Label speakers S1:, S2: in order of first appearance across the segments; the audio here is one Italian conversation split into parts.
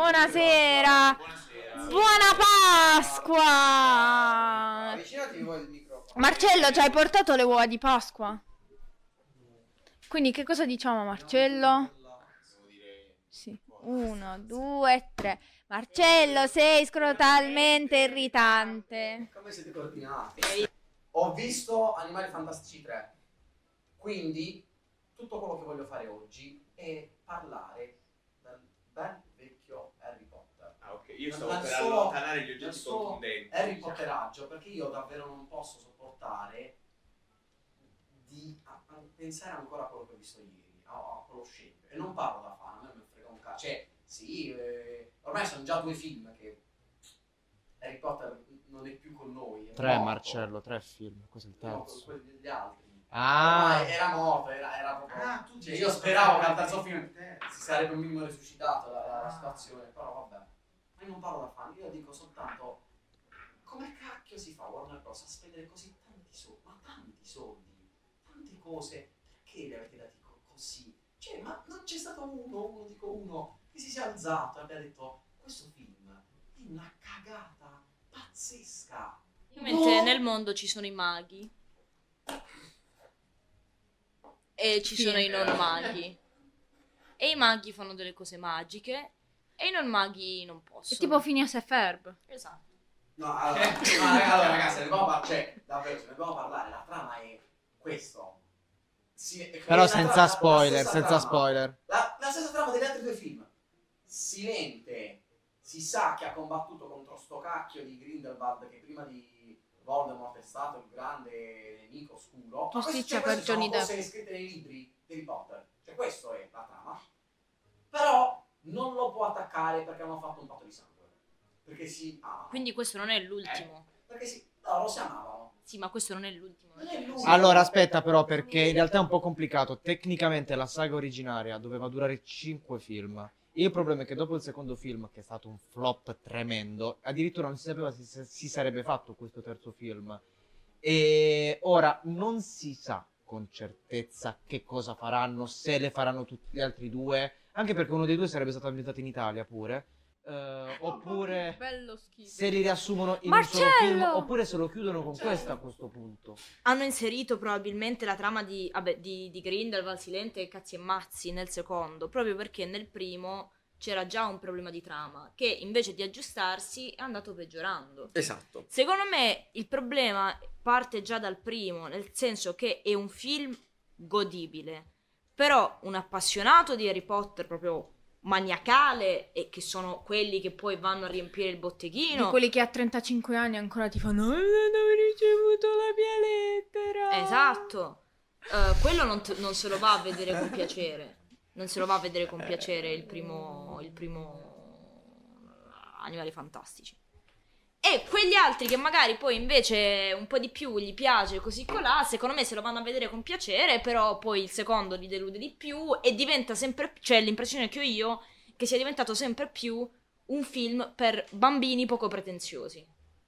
S1: Buonasera. Buona Pasqua.
S2: Avvicinatevi voi il microfono.
S1: Marcello, ci hai portato le uova di Pasqua? Quindi che cosa diciamo a Marcello? Sì. 1, 2, 3. Marcello, sei scrotalmente irritante.
S2: Come siete coordinati? Ho visto Animali Fantastici 3. Quindi tutto quello che voglio fare oggi è parlare del bel vecchio Harry Potter.
S3: Ah, ok, io stavo per allontanare gli oggetti contundenti.
S2: Harry Potteraggio, perché io davvero non posso sopportare di pensare ancora a quello che ho visto ieri, a quello scempio. E non parlo da fan, a me mi frega un cazzo. Cioè, sì, ormai sono già 2 film che Harry Potter non è più con noi.
S4: 3, Marcello, 3 film, questo è il terzo.
S2: No, quelli degli altri.
S4: Ah,
S2: Era morto, era proprio...
S3: tu
S2: Cioè, io speravo che al terzo film si sarebbe un minimo resuscitato la situazione, però vabbè. Ma io non parlo da fan, io dico soltanto come cacchio si fa Warner Bros. A spendere così tanti soldi, ma tanti soldi, tante cose, perché li avete dati così? Cioè, ma non c'è stato uno che si sia alzato e abbia detto questo film è una cagata pazzesca.
S5: Ovviamente nel mondo ci sono i maghi e ci sono i non maghi, e i maghi fanno delle cose magiche e i non maghi non
S1: È
S5: possono.
S1: tipo Phineas e Ferb.
S5: Esatto.
S2: No, allora ragazzi, ne dobbiamo parlare, la trama è questo.
S4: però senza spoiler, senza spoiler.
S2: La stessa trama degli altri 2 film. Silente si sa che ha combattuto contro sto cacchio di Grindelwald che prima di Voldemort è stato il grande nemico oscuro.
S1: Giustizia per Johnny Depp.
S2: Sono cose scritte nei libri di Harry Potter. Cioè questa è la trama. Però non lo può attaccare perché hanno fatto un patto di sangue. Perché si amano.
S5: Quindi questo non è l'ultimo.
S2: Perché loro si amavano.
S5: Sì, ma questo non è l'ultimo.
S2: Non è l'ultimo.
S4: Allora, aspetta però, perché in realtà è un po' complicato. Tecnicamente la saga originaria doveva durare 5 film. Il problema è che dopo il secondo film, che è stato un flop tremendo, addirittura non si sapeva se si sarebbe fatto questo terzo film. E ora non si sa con certezza che cosa faranno, se le faranno tutti gli altri 2, anche perché uno dei 2 sarebbe stato ambientato in Italia pure. Oppure
S1: Bello schifo.
S4: se li riassumono in un
S1: Marcello!
S4: solo film, oppure se lo chiudono con questo a questo punto.
S5: Hanno inserito probabilmente la trama di Grindelwald, Silente e cazzi e mazzi nel secondo, proprio perché nel primo c'era già un problema di trama che invece di aggiustarsi è andato peggiorando.
S2: Esatto.
S5: Secondo me il problema parte già dal primo, nel senso che è un film godibile, però un appassionato di Harry Potter proprio maniacale, e che sono quelli che poi vanno a riempire il botteghino,
S1: Di quelli che a 35 anni ancora ti fanno non ho ricevuto la mia lettera.
S5: esatto, quello non se lo va a vedere con piacere. Non se lo va a vedere con piacere il primo Animali Fantastici. E quegli altri che magari poi invece un po' di più gli piace così colà, secondo me se lo vanno a vedere con piacere, però poi il secondo li delude di più e diventa sempre, cioè l'impressione che ho io, che sia diventato sempre più un film per bambini poco pretenziosi.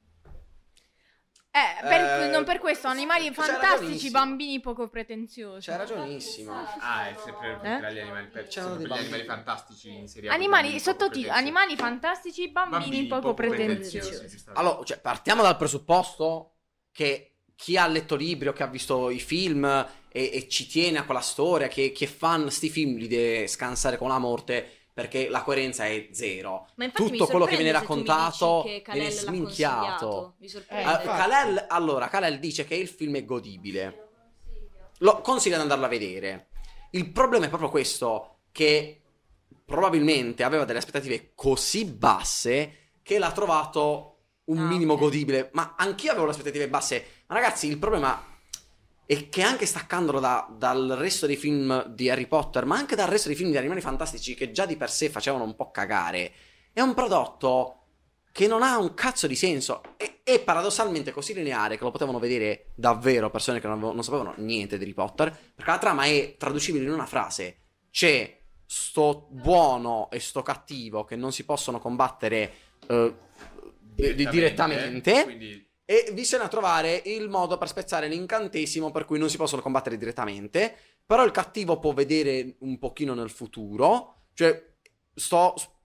S1: Non per questo, Animali
S2: c'è
S1: Fantastici,
S2: ragionissimo.
S1: bambini poco pretenziosi.
S2: C'è ragionissimo.
S3: Ah, è sempre tra gli animali,
S2: C'erano dei
S3: per gli animali
S2: bambini.
S3: fantastici inseriati.
S1: Animali, sottotitolo, Animali Fantastici, bambini poco pretenziosi.
S2: Allora, cioè, partiamo dal presupposto che chi ha letto libri o che ha visto i film e ci tiene a quella storia, che è fan sti film, li deve scansare con la morte perché la coerenza è zero.
S5: Ma infatti
S2: Tutto quello che viene
S5: mi sorprende se tu mi
S2: raccontato
S5: dici che
S2: viene
S5: Kalel l'ha
S2: sminchiato.
S5: consigliato. Mi sorprende.
S2: Kalel dice che il film è godibile. Consiglia di andarlo a vedere. Il problema è proprio questo, che probabilmente aveva delle aspettative così basse che l'ha trovato un minimo
S5: ok.
S2: godibile. Ma anch'io avevo le aspettative basse. Ma ragazzi, il problema è che anche staccandolo dal resto dei film di Harry Potter, ma anche dal resto dei film di Animali Fantastici, che già di per sé facevano un po' cagare, è un prodotto che non ha un cazzo di senso. È paradossalmente così lineare che lo potevano vedere davvero persone che non sapevano niente di Harry Potter, perché la trama è traducibile in una frase. C'è sto buono e sto cattivo che non si possono combattere direttamente,
S3: quindi
S2: e bisogna trovare il modo per spezzare l'incantesimo per cui non si possono combattere direttamente, però il cattivo può vedere un pochino nel futuro, cioè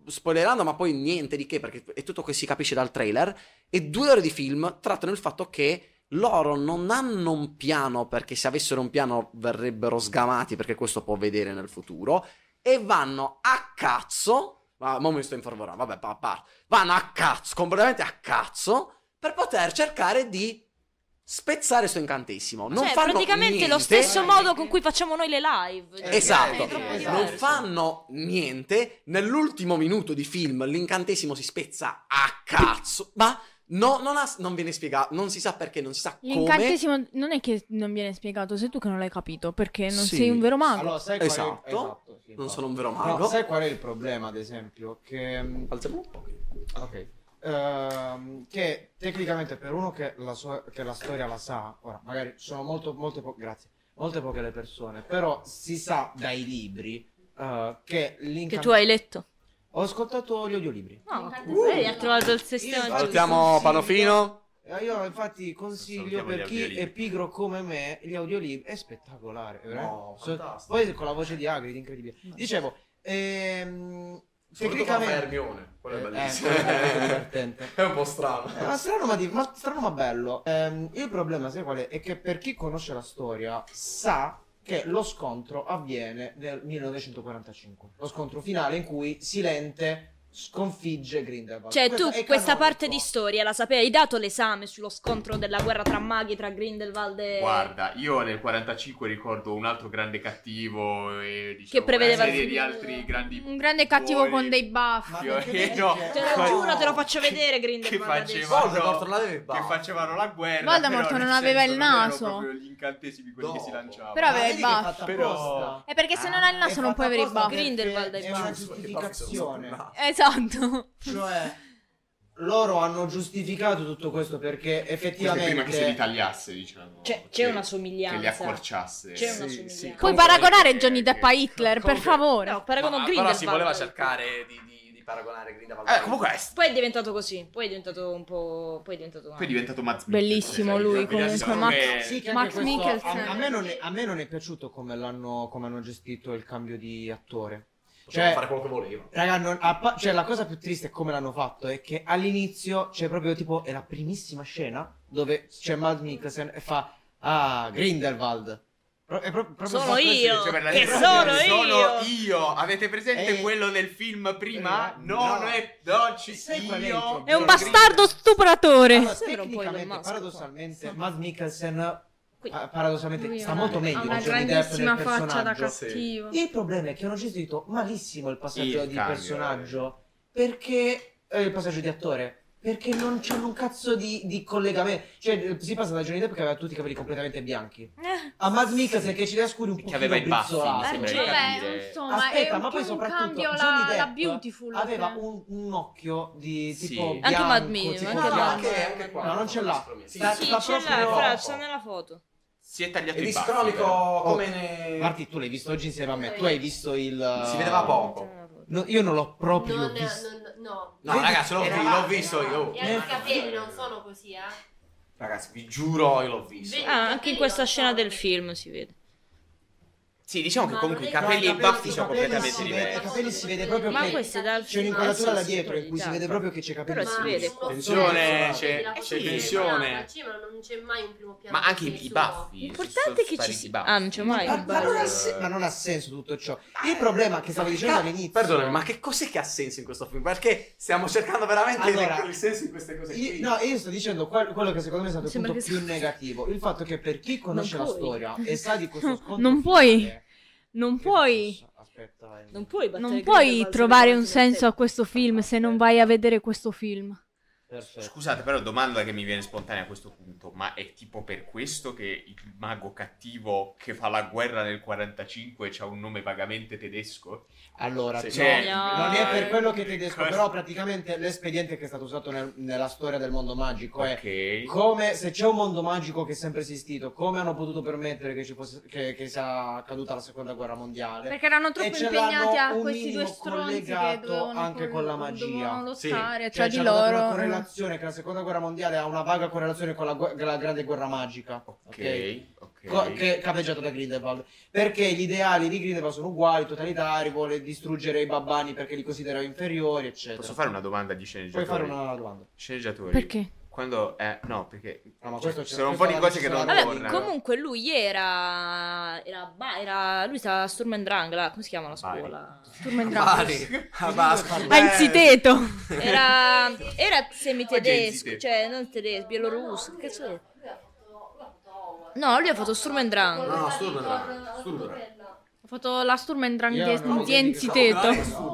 S2: spoilerando, ma poi niente di che, perché è tutto che si capisce dal trailer, e 2 ore di film trattano il fatto che loro non hanno un piano, perché se avessero un piano verrebbero sgamati, perché questo può vedere nel futuro, e vanno a cazzo, ma mo mi sto informando, vabbè, vanno a cazzo, completamente a cazzo, per poter cercare di spezzare sto incantesimo. Non
S5: Cioè,
S2: fanno
S5: praticamente
S2: niente.
S5: lo stesso modo con cui facciamo noi le live.
S2: Esatto,
S5: È troppo
S2: non
S5: diverso.
S2: fanno niente. Nell'ultimo minuto di film l'incantesimo si spezza a cazzo, ma non viene spiegato, non si sa perché, non si sa come.
S1: L'incantesimo non è che non viene spiegato, sei tu che non l'hai capito, perché non
S2: Sì.
S1: sei un vero mago.
S4: Allora, sai qual è
S2: Esatto.
S4: sì,
S2: Non
S4: infatti.
S2: sono un vero
S4: No,
S2: mago.
S4: sai qual è il problema, ad esempio? Che
S2: Alziamo un po'.
S4: ok. Che tecnicamente per uno che la storia la sa, ora magari sono molte poche le persone, però si sa dai libri che
S5: Che tu hai letto.
S4: Ho ascoltato gli audiolibri.
S5: No, vedi, ha trovato il sistema giusto.
S2: Salutiamo Panofino.
S4: Io infatti consiglio
S3: Salutiamo
S4: per
S3: gli
S4: chi
S3: audiolibri.
S4: è pigro come me, gli audiolibri è spettacolare, veramente.
S2: No, fantastico.
S4: Poi con la voce di Hagrid, incredibile. Dicevo, tecnicamente
S2: Hermione, quello è bellissimo.
S4: quello è divertente.
S2: È un po' strano.
S4: Strano ma bello. Il problema, sai qual è? È che per chi conosce la storia sa che lo scontro avviene nel 1945. Lo scontro finale in cui Silente sconfigge Grindelwald.
S5: Cioè, tu
S4: Questo è
S5: questa
S4: canonico.
S5: parte di storia la sapevi? Hai dato l'esame sullo scontro della guerra tra maghi, tra Grindelwald e...
S3: Guarda, io nel 45 ricordo un altro grande cattivo e diciamo
S5: Che prevedeva
S3: una serie
S5: il
S3: di
S5: futuro.
S3: altri grandi
S1: Un grande cattivo
S3: buoni
S1: con dei baffi.
S4: Ma
S3: Io-
S4: perché-
S3: no.
S5: Te lo giuro, te lo faccio vedere
S3: che
S5: Grindelwald adesso.
S3: facevano,
S2: Voldemort non aveva i
S3: che
S2: baffi.
S3: facevano la guerra.
S1: Voldemort
S3: però
S1: non
S3: nel
S1: aveva
S3: senso
S1: il
S3: non erano
S1: naso.
S3: proprio gli incantesimi quelli che si
S2: Dopo.
S3: lanciavano.
S1: Però aveva
S4: Ma
S1: i
S4: vedi che è
S1: baffi.
S4: fatta
S3: Però-
S4: apposta.
S1: È perché se non hai il naso
S4: È
S1: non puoi
S4: fatta
S1: avere i
S4: apposta
S1: baffi.
S5: Grindelwald
S4: perché
S5: è
S4: è una
S5: giusto.
S4: giustificazione.
S1: Esatto.
S4: Cioè, loro hanno giustificato tutto questo perché
S3: Forse
S4: effettivamente
S3: prima che se li tagliasse, diciamo.
S5: C'è una somiglianza.
S3: Che li accorciasse.
S5: C'è una
S2: Sì,
S5: somiglianza.
S2: sì.
S1: Puoi
S2: Comunque-
S1: paragonare Johnny Depp a Hitler, per
S2: Comunque-
S1: favore.
S5: No, paragono
S2: Ma-
S5: Grindelwald.
S2: Però si voleva cercare di paragonare Grindelwald.
S3: Comunque
S5: Poi è diventato così. Poi è diventato un po'. Poi è diventato.
S3: poi è diventato Mads
S1: Bellissimo
S3: Mikkelsen,
S1: lui,
S3: sai,
S1: comunque,
S3: diciamo
S1: Max-
S3: che-
S4: sì, che anche
S1: Max
S4: questo-
S1: Mikkelsen.
S4: a me non è piaciuto come hanno gestito il cambio di attore.
S2: Poteva
S4: Cioè,
S2: fare quello che voleva.
S4: raga, cioè, la cosa più triste è come l'hanno fatto è che all'inizio c'è proprio tipo è la primissima scena dove c'è Mads Mikkelsen e fa Grindelwald. Proprio
S5: Sono
S4: fa così.
S5: io.
S3: Cioè, per la
S5: Che
S3: definizione,
S5: sono
S3: sono io. Avete presente
S4: Eh,
S3: quello nel film prima?
S4: no.
S3: Non è non ci
S4: Sai qual è il
S3: io.
S4: problema?
S1: È un bastardo stupratore.
S4: Allora,
S5: Sembra un po' Elon
S4: tecnicamente,
S5: Musk,
S4: paradossalmente, Mads Mikkelsen
S5: Qui.
S4: paradossalmente
S1: Lui
S4: sta
S1: ha
S4: molto
S1: una-
S4: meglio
S1: ha
S4: di
S1: una
S4: Johnny Depp
S1: grandissima
S4: nel
S1: faccia da
S4: personaggio.
S1: cattivo.
S4: Il problema è che hanno gestito malissimo il passaggio
S3: Il
S4: di
S3: cambio,
S4: personaggio perché il passaggio di attore perché non c'è un cazzo di collegamento. Cioè, si passa da Johnny Depp che aveva tutti i capelli completamente bianchi a Mads Mikkelsen che ci deve scuri un po'
S3: Che aveva i baffi, mi sembra di
S1: Vabbè,
S3: capire.
S1: insomma,
S4: Aspetta,
S1: è
S4: ma
S1: un
S4: poi
S1: po' un
S4: soprattutto
S1: cambio
S4: Johnny
S1: la
S4: Depp
S1: Beautiful.
S4: aveva un occhio di
S3: Sì.
S4: tipo
S3: Anche
S4: bianco,
S5: Mad Men,
S4: tipo
S5: anche
S4: bianco.
S5: Mad
S2: anche qua.
S4: No, non ce l'ha.
S2: Sì,
S4: Sta-
S5: Sì,
S4: sta
S5: ce l'ha,
S4: proprio-
S5: fra, sta nella foto.
S3: Si è tagliato
S2: È
S3: i baffi.
S2: discronico
S3: però.
S2: come ne...
S4: Marti, tu l'hai visto oggi insieme a me. Tu hai visto il.
S2: Si vedeva poco.
S4: No, io non l'ho proprio
S6: Non,
S4: visto.
S6: no.
S2: No, ragazzi, l'ho visto io.
S6: E anche i capelli non sono così,
S2: Ragazzi, vi giuro, io l'ho visto.
S5: Ah, anche in questa scena del film si vede.
S3: Sì, diciamo che
S6: Ma
S3: comunque i
S6: non è-
S3: capelli e i
S6: no,
S3: baffi
S6: i
S3: sono
S6: capelli
S3: completamente
S6: si vede-
S3: diversi.
S4: I capelli si vede proprio
S5: Ma
S4: che
S5: questo è dal
S4: c'è un'inquadratura là
S5: sì,
S4: dietro in
S5: sì,
S4: cui si
S5: sì.
S4: vede proprio che c'è capelli.
S5: Però si vede qua.
S2: Attenzione,
S6: c'è
S2: c'è tensione.
S6: Al cinema non c'è mai un primo piano.
S3: Ma anche
S6: che
S3: i
S6: su-
S3: baffi.
S5: L'importante è che ci sia. Ah, non c'è mai.
S4: Ma non ha senso tutto ciò. Il problema che stavo dicendo all'inizio.
S2: Perdonami, ma che cos'è che ha senso in questo film? Perché stiamo cercando veramente
S4: Allora,
S2: il senso in queste cose qui.
S4: Io sto dicendo quello che secondo me è stato il
S5: Sembra
S4: punto
S5: che
S4: più negativo. Il fatto che per chi conosce
S5: Non
S4: la
S5: puoi.
S4: storia e sa di questo scontro
S1: Non puoi.
S4: finale-
S1: Non puoi.
S4: Aspetta,
S5: Non puoi battere
S1: Non
S5: Grindelwald
S1: puoi
S5: se
S1: trovare
S5: lo
S1: un
S5: guardi da
S1: senso a questo film se non vai a vedere questo film.
S4: perfetto.
S3: Scusate, però domanda che mi viene spontanea a questo punto, ma è tipo per questo che il mago cattivo che fa la guerra nel 45 c'ha un nome vagamente tedesco?
S4: Allora,
S2: Sì.
S4: no,
S3: Cioè,
S4: non è per quello che tedesco,
S3: cosa-
S4: però praticamente l'espediente che è stato usato nella storia del mondo magico è
S3: Ok.
S4: come se c'è un mondo magico che è sempre esistito, come hanno potuto permettere che ci fosse che sia accaduta la seconda guerra mondiale.
S1: Perché erano troppo
S4: E ce
S1: impegnati
S4: l'hanno
S1: a
S4: un
S1: questi due
S4: minimo
S1: stronzi che
S4: collegato
S1: dovevano
S4: anche con la magia.
S1: dovevano
S2: Sì.
S1: lottare tra
S4: Cioè,
S1: di
S4: c'hanno dato una
S1: loro.
S4: correlazione che la seconda guerra mondiale ha una vaga correlazione con la grande guerra magica.
S3: Ok, ok.
S4: che è capeggiato da Grindelwald, perché gli ideali di Grindelwald sono uguali, totalitari, vuole distruggere i babbani perché li considera inferiori, eccetera.
S3: Posso fare una domanda di sceneggiatori?
S4: Puoi fare una domanda.
S3: Sceneggiatori.
S1: Perché?
S3: Quando no, perché
S4: No, ma questo
S3: sono un po' di cose che non
S5: Vabbè,
S3: tornano.
S5: comunque lui lui sta a Sturm and Drang, là, come si chiama la scuola?
S1: Sturm and Drang.
S2: Bari. Ah, basta.
S1: Anziteto.
S5: Era semi-tedesco,
S3: Oggi è
S5: cioè non tedesco, bielorusso, che cazzo è? No, lui ha fatto Sturm and Drang.
S2: No, Sturm.
S1: Ho fatto la Sturm and Drang
S4: Io non-
S1: di Anziteto.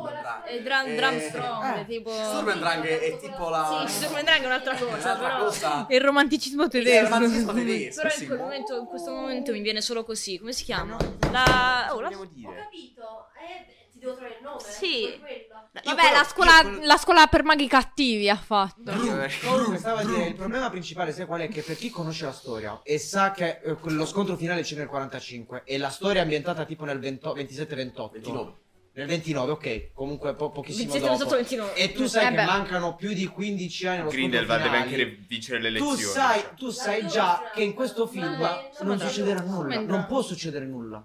S5: E Drum Strong, tipo...
S2: Sturm and Drang è tipo la...
S5: Sì, Sturm and Drang è un'altra cosa, però...
S2: cosa.
S1: Il romanticismo
S2: Il
S1: tedesco.
S2: romantismo tedesco,
S5: Però
S2: sì.
S5: in questo momento mi viene solo così. Come si chiama?
S3: Vogliamo
S6: Ho
S3: dire.
S6: capito, ti devo trovare il nome.
S5: Sì.
S1: Vabbè, la scuola per maghi cattivi ha fatto.
S4: Comunque stavo a dire, il problema principale sai qual è? Che per chi conosce la storia e sa che lo scontro finale c'è nel 45 e la storia è ambientata tipo nel 27-28
S2: 29.
S4: nel 29, ok, comunque pochissimo
S5: 27,
S4: dopo
S5: 28, 29.
S4: e tu sai che
S1: beh.
S4: mancano più di 15 anni allo scontro
S3: Grindelwald deve
S4: finale.
S3: anche vincere le elezioni.
S4: Tu sai già che in questo film non succederà nulla, non può succedere nulla.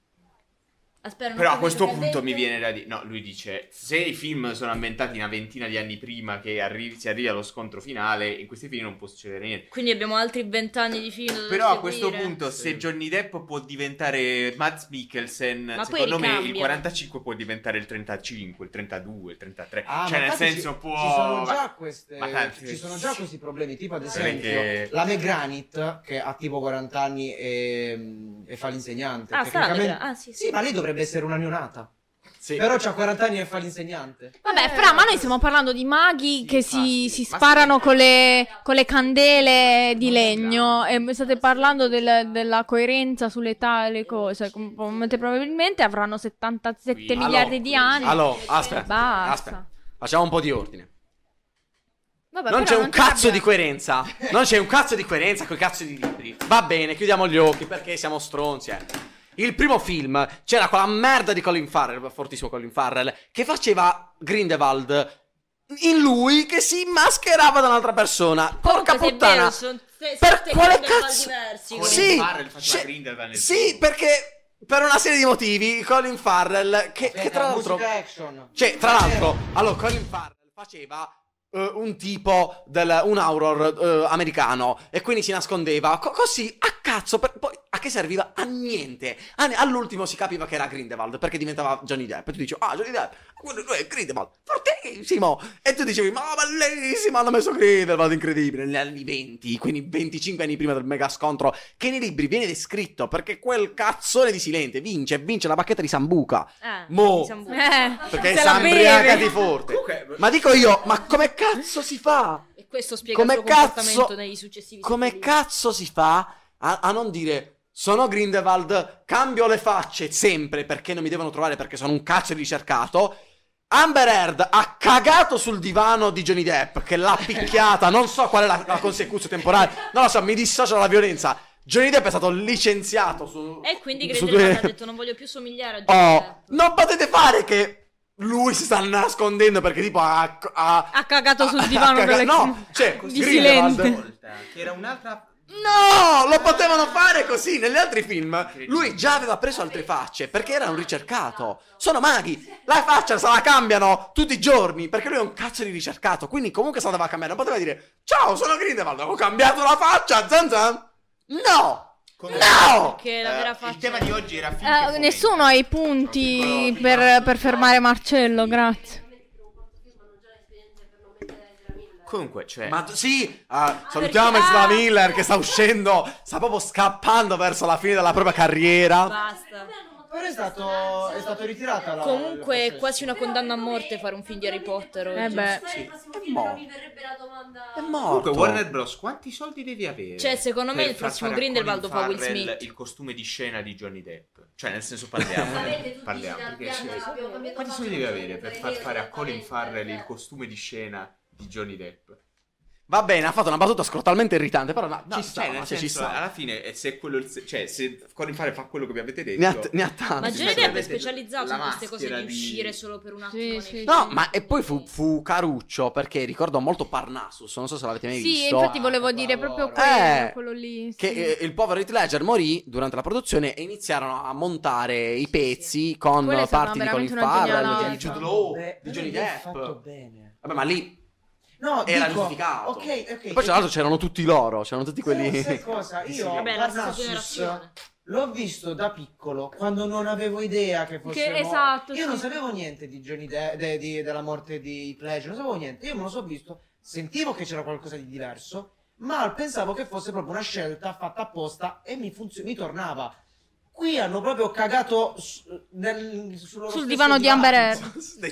S5: Aspetta, non
S3: Però a
S5: ho
S3: questo
S5: capito.
S3: punto mi viene da dire... No, lui dice, se i film sono ambientati una ventina di anni prima che si arrivi allo scontro finale, in questi film non può succedere niente.
S5: Quindi abbiamo altri 20 anni di film da
S3: Però a
S5: seguire.
S3: questo punto, se Johnny Depp può diventare Mads Mikkelsen,
S5: Ma poi
S3: secondo me il
S5: ricambia.
S3: 45 può diventare il 35, il 32, il 33.
S4: Ah,
S3: cioè,
S4: ma
S3: nel
S4: infatti
S3: senso,
S4: ci
S3: può...
S4: sono già
S3: Ma
S4: ci sono già questi problemi, tipo ad
S3: Non è
S4: esempio
S3: che-
S4: la Meg Granit che ha tipo 40 anni e fa l'insegnante.
S5: Ah, sta la Meg
S4: Tecnicamente-
S5: Granit, sì.
S4: Sì, ma lei dovrebbe essere una neonata.
S2: Sì.
S4: Però c'ha 40 anni e fa l'insegnante.
S1: Vabbè, Fra, ma noi stiamo parlando di maghi che si
S3: infatti. Ma
S1: sparano con le candele di legno e state parlando della coerenza sull'età e le cose. Molto probabilmente avranno 77
S3: Qui.
S1: miliardi di anni.
S2: Allora, aspetta.
S1: Basta.
S2: Facciamo un po' di ordine.
S1: Vabbè,
S2: Non
S1: però
S2: c'è un cazzo
S1: ce
S2: di coerenza. Non c'è un cazzo di coerenza con i cazzo di libri. Va bene, chiudiamo gli occhi perché siamo stronzi, Il primo film c'era quella merda di Colin Farrell, fortissimo Colin Farrell, che faceva Grindelwald in lui che si mascherava da un'altra persona. Porca
S5: Comunque, se è
S2: puttana.
S5: vero, sono
S2: Per quale
S5: Grindelwald
S2: cazzo?
S5: diversi,
S3: Colin
S2: Sì,
S3: Farrell faceva
S2: c'è-
S3: Grindelwald nel
S2: sì,
S3: film.
S2: perché per una serie di motivi Colin Farrell che tra l'altro
S4: musica action.
S2: cioè, tra l'altro, allora, Colin Farrell faceva un tipo un horror americano e quindi si nascondeva così a cazzo. Poi a che serviva? A niente. All'ultimo si capiva che era Grindelwald perché diventava Johnny Depp. E tu dici, Johnny Depp, quello lui è Grindelwald, fortissimo. E tu dicevi, ma bellissimo, hanno messo Grindelwald, incredibile. Negli anni 20, quindi 25 anni prima del mega scontro, che nei libri viene descritto perché quel cazzone di Silente vince la bacchetta di Sambuca. Mo. Perché
S1: se
S2: si
S1: la
S2: ambriacati
S1: beve.
S2: forte.
S3: Comunque-
S2: Ma dico io, ma come cazzo si fa?
S5: E questo spiega
S2: Come
S5: il suo comportamento
S2: cazzo,
S5: nei successivi
S2: come
S5: film.
S2: cazzo si fa a non dire sono Grindelwald, cambio le facce sempre perché non mi devono trovare perché sono un cazzo di ricercato. Amber Heard ha cagato sul divano di Johnny Depp che l'ha picchiata, non so qual è la consecuzione temporale, non lo so, mi dissocio dalla violenza. Johnny Depp è stato licenziato su
S5: E quindi
S2: su
S5: Grindelwald
S2: due-
S5: ha detto non voglio più somigliare a Johnny Depp.
S2: Oh, non potete fare che lui si sta nascondendo perché tipo ha
S1: cagato sul divano delle
S2: no, cioè
S1: di
S2: Grindelwald-
S1: Silente.
S3: Che era un'altra...
S2: No, lo potevano fare così. Negli altri film lui già aveva preso altre facce perché era un ricercato. Sono maghi. La faccia se la cambiano tutti i giorni perché lui è un cazzo di ricercato. Quindi comunque se la doveva cambiare. Non poteva dire ciao, sono Grindelwald, ho cambiato la faccia. Zan zan. No. No.
S5: Perché la vera
S3: il
S5: faccia...
S3: tema di oggi era film che fomenta.
S1: Nessuno ha i punti per fermare Marcello, grazie.
S3: Comunque, cioè...
S2: Ma sì, salutiamo Ezra Miller che sta uscendo, sta proprio scappando verso la fine della propria carriera.
S5: Basta.
S4: Però è stato ritirata la...
S5: Comunque
S4: il
S5: è quasi una condanna a morte fare un film di Harry Potter oggi.
S1: Beh.
S6: Il prossimo
S2: È
S6: film
S2: mo-
S6: non mi verrebbe la domanda.
S2: È
S3: Comunque,
S2: morto.
S3: Warner Bros. Quanti soldi devi avere?
S5: Cioè, secondo me
S3: per
S5: il
S3: far
S5: prossimo
S3: fare a
S5: Grindelwald
S3: Colin
S5: fa Will
S3: Farrell
S5: Smith.
S3: il costume di scena di Johnny Depp. Cioè, nel senso, parliamo.
S6: Avete tutti
S3: parliamo.
S6: gira-
S3: Perché
S6: abbiamo cambiato
S3: quanti soldi
S6: faccia
S3: devi avere per
S6: per
S3: far
S6: vedere
S3: fare a Colin
S6: esattamente.
S3: Farrell il costume di scena di Johnny Depp?
S2: Va bene, ha fatto una battuta scrotalmente irritante, però
S3: No,
S2: ci sta,
S3: nel
S2: ci
S3: senso,
S2: sta.
S3: alla fine, se quello se Colin Farrell fa quello che vi avete detto,
S2: Ne ha tanti.
S5: Ma
S3: sì,
S5: Johnny
S3: sì,
S5: Depp è
S3: avete
S5: specializzato in
S3: la
S5: queste cose di
S3: maschera di-
S5: uscire solo per un attimo
S1: Sì,
S5: nei
S1: sì,
S5: film.
S2: No, ma e poi fu caruccio, perché ricordo molto Parnassus, non so se l'avete mai
S1: Sì,
S2: visto.
S1: infatti volevo dire proprio quello lì.
S2: Che
S1: sì.
S2: il povero Heath Ledger morì durante la produzione e iniziarono a montare i pezzi con
S1: Quella è stata
S2: parti di Colin
S1: veramente una
S2: Farrell,
S1: genialata.
S2: di Jude Law,
S4: Beh,
S2: di Johnny
S4: però è
S2: Depp.
S4: fatto bene.
S2: Vabbè, ma lì
S4: No,
S2: era
S4: dico,
S2: giustificato.
S4: Ok.
S2: E poi tra l'altro c'erano tutti loro, c'erano tutti quelli...
S4: Sai cosa?
S2: Sì,
S4: Io
S5: Vabbè, la stessa
S4: Parnassus
S5: generazione.
S4: l'ho visto da piccolo, quando non avevo idea che fosse
S1: esatto,
S4: Io
S1: sì.
S4: non sapevo niente di Johnny della morte di Heath Ledger, non sapevo niente. Io me lo so visto, sentivo che c'era qualcosa di diverso, ma pensavo che fosse proprio una scelta fatta apposta e mi tornava. Qui hanno proprio cagato
S1: Sul divano di Amber Heard.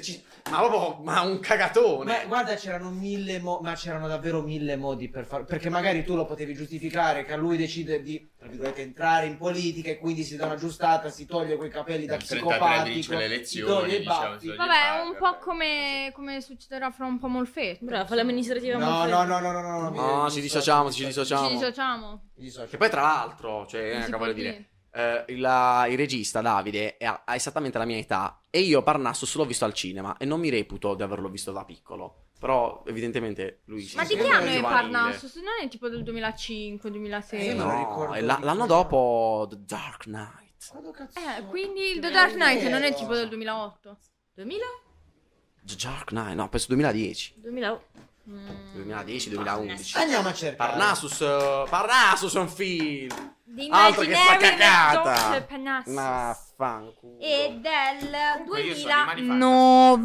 S2: Ma un cagatone.
S4: Ma guarda, c'erano c'erano davvero 1000 modi per farlo. Perché magari tu lo potevi giustificare che a lui decide di, tra virgolette, entrare in politica e quindi si dà una giustata, si toglie quei capelli da
S3: il 33 vince
S4: psicopatico,
S3: le
S4: si
S3: elezioni,
S4: toglie i
S3: diciamo,
S4: baffi.
S3: se lo
S1: Vabbè,
S3: paga,
S1: un po'
S3: vabbè.
S1: come succederà fra un po' Molfetta.
S5: Brava, fa l'amministrativa
S4: No,
S5: Manfredi.
S4: no.
S2: No, ci dissociamo.
S1: Ci dissociamo.
S2: Che poi tra l'altro, cioè,
S1: Non si
S2: che
S1: può
S2: voglio
S1: dire.
S2: dire, il regista Davide ha esattamente la mia età e io Parnassus l'ho visto al cinema e non mi reputo di averlo visto da piccolo, però evidentemente lui
S1: Ma
S2: si
S1: di che anno è
S2: giovanile.
S1: Parnassus? Non è tipo del 2005, 2006?
S4: Io non lo
S2: No,
S4: ricordo
S2: è
S4: di
S2: l'anno
S4: cosa.
S2: dopo The Dark Knight.
S4: Quando cazzo?
S1: Quindi il The Dark Knight non è tipo del 2008.
S5: 2000?
S2: The Dark Knight, no, penso 2010.
S5: 2000?
S2: 2010, 2011.
S4: Andiamo a cercare.
S2: Parnassus è un film.
S1: The
S2: Altro che sta
S1: Imaginary
S2: cagata.
S1: Dr. Parnassus.
S2: Ma fanculo.
S1: E del
S3: Comunque io sono animali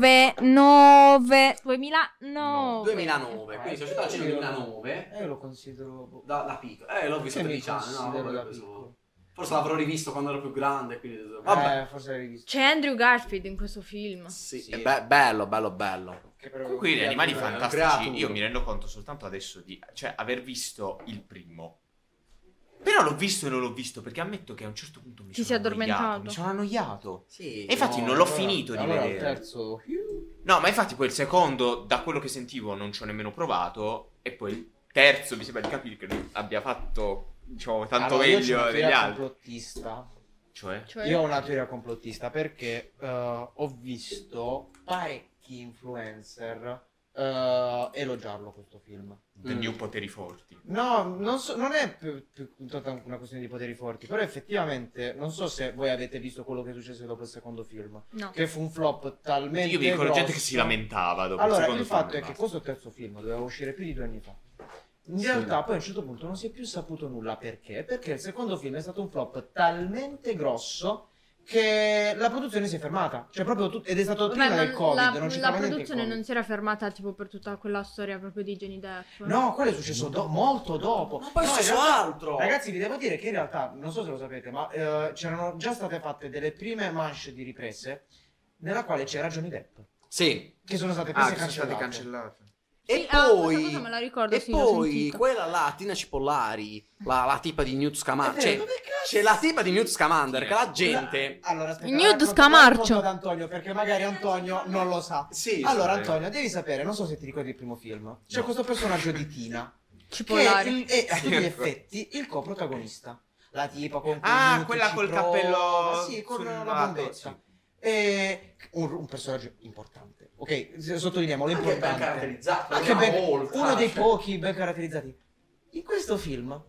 S1: 2009.
S2: 2009, quindi sono uscito al cinema nel 2009.
S4: Io lo considero...
S2: Da piccolo. L'ho visto
S4: Che
S2: 13
S4: mi
S2: anni, no,
S4: considero
S2: vabbè,
S4: da
S2: questo-
S4: piccolo.
S2: Forse l'avrò rivisto quando ero più grande, quindi vabbè.
S4: Forse l'hai visto.
S1: C'è Andrew Garfield in questo film.
S2: Sì,
S4: Sì.
S2: è bello.
S4: Che però-
S3: Comunque gli animali
S2: creatura.
S3: fantastici, io mi rendo conto soltanto adesso di, cioè, aver visto il primo. Però l'ho visto e non l'ho visto perché ammetto che a un certo punto mi
S1: Ti
S3: sono
S1: sei addormentato.
S3: annoiato, mi sono annoiato.
S2: Sì.
S3: E infatti non l'ho finito di
S4: allora
S3: vedere.
S4: Il terzo...
S3: No, ma infatti poi il secondo, da quello che sentivo, non ci ho nemmeno provato. E poi il terzo mi sembra di capire che non abbia fatto, diciamo, tanto
S4: Allora, io c'ho
S3: meglio
S4: una
S3: degli
S4: teoria
S3: altri.
S4: complottista.
S3: Cioè?
S4: Io ho una teoria complottista perché ho visto parecchi influencer elogiarlo questo film.
S3: The New Poteri Forti.
S4: No, non è più tutta una questione di poteri forti, però effettivamente non so se voi avete visto quello che successe dopo il secondo film,
S5: No.
S4: che fu un flop talmente
S3: Io mi ricordo gente che
S4: grosso.
S3: si lamentava dopo
S4: Allora,
S3: il
S4: il
S3: secondo
S4: fatto è
S3: film.
S4: che questo terzo film doveva uscire più di 2 anni fa. In realtà poi a un certo punto non si è più saputo nulla. Perché? Perché il secondo film è stato un flop talmente grosso che la produzione si è fermata. Cioè proprio ed è stato
S1: Vabbè,
S4: prima
S1: ma
S4: del Covid, non
S1: la
S4: c'entrava neanche il
S1: produzione
S4: Covid.
S1: non si era fermata tipo per tutta quella storia proprio di Johnny Depp.
S4: No, quello è successo molto dopo.
S2: Ma poi è
S4: No, in
S2: successo
S4: realtà-
S2: altro.
S4: Ragazzi, vi devo dire che in realtà, non so se lo sapete, ma c'erano già state fatte delle prime manche di riprese nella quale c'era Johnny Depp,
S2: Sì.
S4: che sono state prese cancellate.
S2: E
S1: Sì,
S2: poi,
S1: questa cosa me la ricordo,
S2: e
S1: sì, l'ho
S2: poi
S1: sentita.
S2: quella là, Tina Cipollari, la tipa di Newt Scamander.
S4: È
S2: Cioè,
S4: vero, dove cazzo?
S2: c'è la tipa di Newt Scamander che la gente.
S4: Allora, aspetta,
S1: Nude
S4: racconto
S1: Scamarcio.
S4: ad Antonio, perché magari Antonio non lo sa.
S2: Sì,
S4: Allora,
S2: sì.
S4: Antonio, devi sapere, non so se ti ricordi il primo film. C'è questo personaggio di Tina,
S1: Cipollari.
S4: che è a tutti gli effetti il coprotagonista. La tipa con cui
S3: Ah,
S4: Newt
S3: quella
S4: ci
S3: col
S4: prova,
S3: cappello
S4: sì, con
S3: sul
S4: la
S3: lato,
S4: bombetta.
S3: sì.
S4: E un personaggio importante. Ok, sottolineiamo
S2: Anche ben
S4: l'importante.
S2: caratterizzato,
S4: Anche
S2: una
S4: ben-
S2: volta.
S4: uno dei pochi ben caratterizzati. In questo film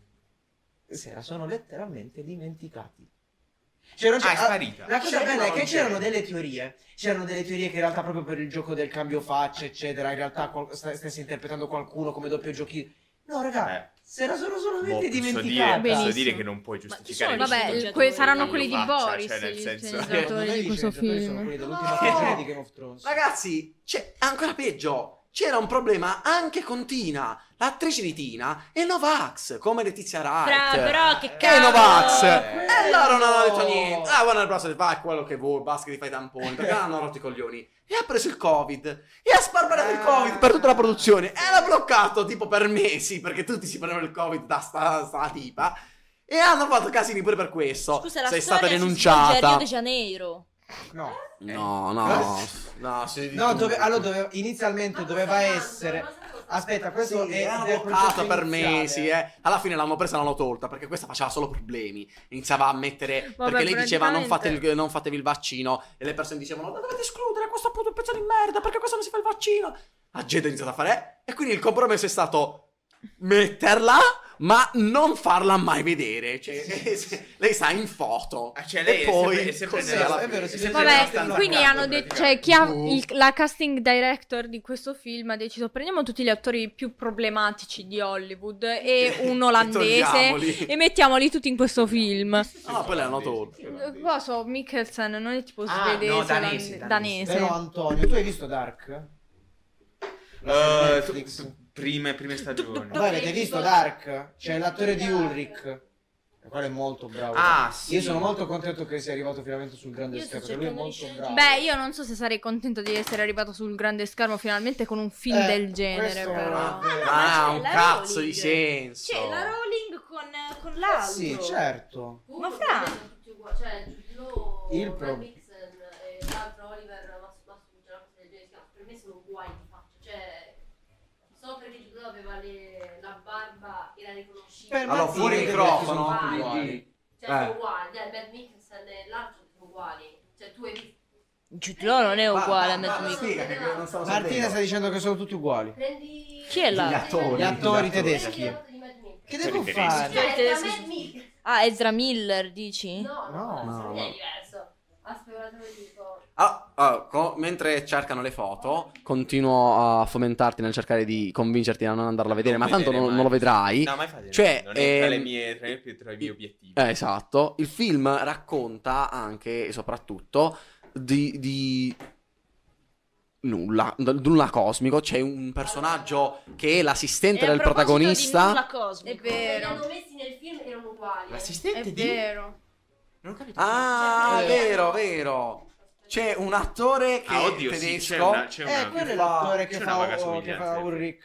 S4: se la sono letteralmente dimenticati. Cioè,
S3: È sparita.
S4: La cosa
S2: C'è,
S4: bella è
S2: no,
S4: che
S2: non
S4: c'erano
S2: c'è.
S4: delle teorie. C'erano delle teorie che in realtà proprio per il gioco del cambio faccia, eccetera, in realtà stessi interpretando qualcuno come doppio giochi. No, raga, se la sono solamente dimenticata.
S3: Posso
S1: Benissimo.
S3: dire che non puoi giustificare
S5: Ma chi sono i
S3: il
S5: sceneggiatori?
S1: Vabbè, saranno
S3: cambio
S1: quelli di
S3: faccia,
S1: Boris,
S3: cioè, nel
S1: gli
S3: senso-
S1: sceneggiatori
S4: Secondo me
S1: di
S4: i
S1: questo
S4: sceneggiatori sono
S1: film.
S4: quelli dell'ultima
S2: No!
S4: stagione di Game of Thrones.
S2: Ragazzi, c'è ancora peggio. C'era un problema anche con Tina. L'attrice di Tina è Novax, come Letizia Wright.
S5: Però che
S2: Che è
S5: cavolo!
S2: Novax. E loro non hanno detto niente. Ah, Warner Bros. Fai quello che vuoi, basta che ti fai i tamponi. Perché non hanno rotto i coglioni. E ha preso il Covid. E ha sparperato il Covid per tutta la produzione. E l'ha bloccato tipo per mesi. Perché tutti si prendevano il Covid da sta tipa. E hanno fatto casini pure per questo.
S5: Scusa, la
S2: Sei
S5: storia
S2: stata
S5: si svolge
S2: denunciata.
S5: a Rio de Janeiro.
S4: No.
S2: No.
S4: No, inizialmente doveva essere. Aspetta, questo
S2: Sì,
S4: è
S2: l'hanno
S4: del
S2: bloccata
S4: progetto
S2: per
S4: iniziale.
S2: mesi, Alla fine l'hanno presa e l'hanno tolta perché questa faceva solo problemi. Iniziava a mettere.
S1: Vabbè,
S2: perché lei diceva
S1: praticamente-
S2: non fatevi il vaccino. E le persone dicevano: "No, dovete escludere questo puto pezzo di merda perché questo non si fa il vaccino." La gente ha iniziato a fare. E quindi il compromesso è stato metterla, ma non farla mai vedere. Cioè, lei sta in foto.
S3: Cioè, lei
S2: e
S3: è
S2: poi
S3: sempre- è sempre
S2: così
S3: nella-
S2: alla
S4: è vero,
S2: fine.
S4: si vede
S1: Vabbè,
S4: stanno
S1: quindi
S3: attaccato,
S1: hanno detto,
S3: praticamente.
S1: cioè, la casting director di questo film ha deciso: prendiamo tutti gli attori più problematici di Hollywood e un olandese
S2: togliamoli.
S1: e mettiamoli tutti in questo film.
S2: Ah, poi l'hanno tolto.
S1: Cosa? Mikkelsen non è tipo
S3: Ah,
S1: svedese,
S3: no, danese.
S1: danese.
S4: Però Antonio, tu hai visto Dark? La serie Netflix.
S3: Prime stagioni.
S4: Voi avete visto Dark? C'è l'attore di Ulrich. Il quale è molto bravo.
S3: Ah, sì.
S4: Io sono molto contento che sia arrivato finalmente sul grande
S5: Io sto
S4: schermo. Perché lui è
S5: cercando di
S4: molto
S5: scegliere.
S4: bravo.
S1: Beh, io non so se sarei contento di essere arrivato sul grande schermo finalmente con un film del genere,
S4: questo
S1: però.
S4: è vero.
S2: Ah,
S5: c'è
S2: un
S5: la
S2: cazzo
S5: Rowling.
S2: di senso.
S5: C'è la Rowling con l'altro.
S4: Sì, certo.
S5: Ma Fra?
S6: tutti uguali, cioè
S4: Il
S6: Mel
S4: pro-
S6: Gibson e l'altro Oliver Massucci, una cosa del genere, per me sono uguali di faccia, cioè solo perché Jude Law aveva la barba era riconoscibile.
S4: Per
S2: Allora,
S4: Mattino
S2: fuori
S4: che
S2: microfono.
S4: sono tutti uguali.
S6: Cioè sono
S2: Eh.
S6: uguali, Matt Mikkelsen e l'altro sono uguali, cioè tu hai visto.
S5: Jude Law non è uguale a Matt
S2: Ma
S5: Mikkelsen.
S2: spiega che non stavo
S4: Martina
S2: sentendo.
S4: sta dicendo che sono tutti uguali.
S6: Prendi
S5: Chi è là?
S2: Gli attori.
S4: Gli attori
S6: prendi
S4: tedeschi.
S6: la foto di Matt Mikkelsen.
S4: Che devo
S3: Tedeschi.
S4: fare?
S6: Cioè,
S5: Tedeschi.
S6: tra Matt Mikkelsen.
S5: Ah, Ezra Miller, dici?
S6: No,
S4: No,
S6: non
S2: no.
S6: è diverso. Aspetta, te lo dico.
S2: Mentre cercano le foto, continuo a fomentarti nel cercare di convincerti a non andarla a vedere, ma tanto non lo vedrai.
S3: No, mai fate.
S2: Cioè,
S3: non è tra i miei obiettivi.
S2: Esatto. Il film racconta anche e soprattutto di nulla cosmico. C'è un personaggio che è l'assistente
S5: E a
S2: del
S5: proposito di
S2: protagonista.
S5: nulla
S1: È
S5: cosmico.
S6: Li
S1: vero,
S6: hanno messi nel film e erano uguali.
S1: è
S3: L'assistente di...
S1: vero.
S3: Non ho capito.
S2: Ah,
S6: Cioè,
S2: vero. C'è un attore che
S3: Ah,
S2: è
S3: oddio, sì,
S2: tedesco
S3: c'è una...
S4: Quello è l'attore
S3: c'è
S4: che
S3: una vaga
S4: fa
S3: somiglianza.
S4: Ulrich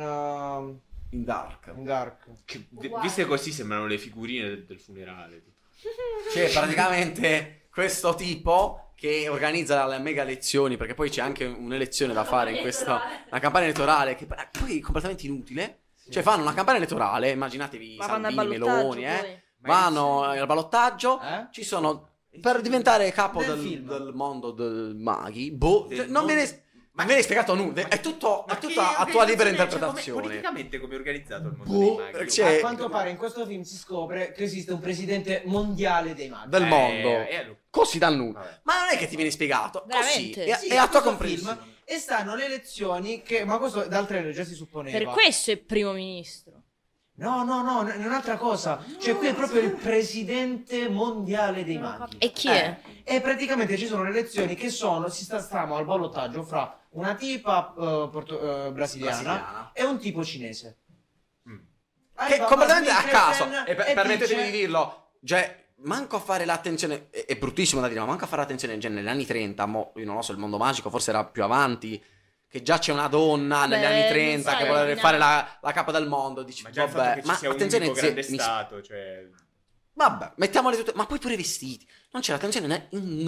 S2: in Dark.
S4: in Dark.
S3: Che, viste così sembrano le figurine del funerale. Tipo.
S2: C'è praticamente questo tipo che organizza le mega lezioni, perché poi c'è anche un'elezione da fare in questa una campagna elettorale che poi è completamente inutile. Cioè fanno una campagna elettorale, immaginatevi
S5: Ma vanno al
S2: Salvini,
S5: ballottaggio
S2: Meloni,
S5: poi.
S2: vanno al ballottaggio, ci sono per diventare capo
S4: Del film.
S2: del mondo del maghi, non viene spiegato nulla, è tutto a tua libera interpretazione.
S3: Politicamente come è organizzato il mondo
S2: Boh,
S3: dei maghi?
S2: cioè-
S4: A quanto pare in questo film si scopre che esiste un presidente mondiale dei maghi.
S2: Del mondo,
S3: allora.
S2: così dal nulla.
S3: Vabbè.
S2: Ma non è che ti viene spiegato, così,
S5: Veramente?
S2: è a tua
S4: questo
S2: comprensione.
S4: film e stanno le elezioni che ma questo da altre già si supponeva.
S5: Per questo è primo ministro.
S4: No, è un'altra cosa. Cioè qui è proprio il presidente mondiale dei maghi.
S5: E chi è?
S4: E praticamente ci sono le elezioni che stiamo al ballottaggio fra una tipa brasiliana e un tipo cinese.
S3: Mm.
S2: Che
S4: Arriva
S2: completamente a
S4: Matt
S2: caso.
S4: Mikkelsen
S2: E permettetemi
S4: dice-
S2: di dirlo, cioè, manco a fare l'attenzione, è bruttissimo da dire, ma manco a fare l'attenzione negli anni 30, io non lo so, il mondo magico forse era più avanti, che già c'è una donna negli
S5: Beh,
S2: anni
S5: non
S2: 30
S5: so,
S2: che vuole
S5: no.
S2: fare la capa del mondo, dici,
S3: Ma già il fatto
S2: vabbè,
S3: che ci
S2: ma
S3: sia un
S2: attenzione,
S3: unico grande stato, cioè...
S2: vabbè, mettiamole tutte, ma poi pure i vestiti, non c'è l'attenzione in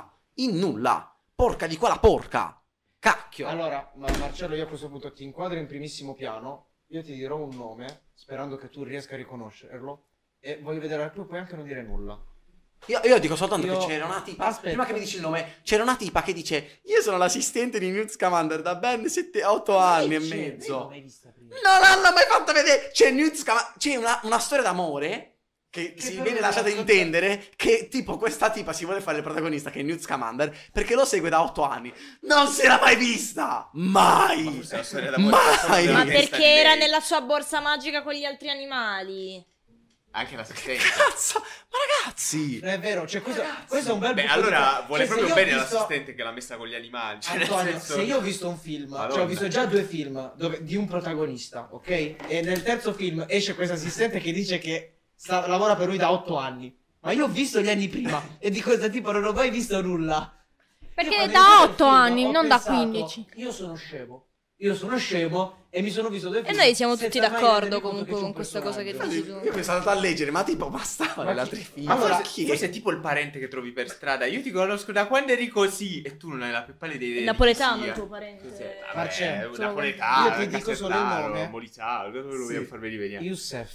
S2: nulla, porca di quella porca, cacchio.
S4: Allora, Marcello, io a questo punto ti inquadro in primissimo piano, io ti dirò un nome, sperando che tu riesca a riconoscerlo, e voglio vedere, tu puoi anche non dire nulla.
S2: Io dico soltanto
S4: Io-
S2: che c'era una tipa,
S4: Aspetta.
S2: prima che mi dici il nome, c'era una tipa che dice, io sono l'assistente di Newt Scamander da ben 8 anni e mezzo.
S4: Non l'ho mai vista prima.
S2: Non l'hanno mai fatta vedere. C'è Newt Scamander, c'è una storia d'amore che si
S4: però
S2: viene
S4: non
S2: lasciata
S4: racconta-
S2: intendere che tipo questa tipa si vuole fare il protagonista che è Newt Scamander perché lo segue da 8 anni. Non si era mai vista.
S3: Ma
S2: Mai.
S3: forse è la storia d'amore
S2: Mai.
S3: solo della
S5: Ma
S3: testa di
S5: perché era
S3: lei.
S5: nella sua borsa magica con gli altri animali?
S3: Anche l'assistente.
S2: Cazzo. Ma ragazzi.
S4: Non è vero, cioè questo è un bel
S3: Beh,
S4: buco
S3: allora
S4: di-
S3: vuole
S4: cioè, se
S3: proprio
S4: io ho
S3: bene
S4: visto-
S3: l'assistente che l'ha messa con gli animali. Cioè, nel
S4: Antonio,
S3: senso-
S4: se io ho visto un film, cioè
S3: Madonna.
S4: ho visto già 2 film di un protagonista, ok? E nel terzo film esce questo assistente che dice che lavora per lui da 8 anni. Ma io ho visto gli anni prima e di questo tipo non ho mai visto nulla.
S1: Perché
S4: Io
S1: è
S4: quando
S1: da
S4: ho visto il
S1: 8
S4: film
S1: anni,
S4: ho
S1: non da
S4: pensato,
S1: 15.
S4: Io sono scemo. io sono scemo e mi sono visto 2
S5: E
S4: film.
S5: noi siamo tutti
S4: senza mai
S5: d'accordo
S4: rendermi conto
S5: comunque
S4: che c'è
S5: con
S4: un
S5: questa cosa che
S4: personaggio.
S5: dici tu.
S2: Io mi sono andato a leggere, ma tipo bastava
S4: Ma
S2: negli
S4: chi-
S2: altri film.
S3: Allora,
S2: Chi-
S3: forse è tipo il parente che trovi per strada. Io ti conosco da quando eri così e tu non hai la più pallida idea.
S5: Il
S3: di
S5: napoletano
S3: chi sia.
S5: il tuo parente.
S3: Vabbè,
S4: Marcello.
S3: un napoletano,
S4: Io ti dico solo il
S3: Castelnaro,
S4: nome.
S3: Molitano, dove lo vogliamo farvi rivedere?
S4: Youssef.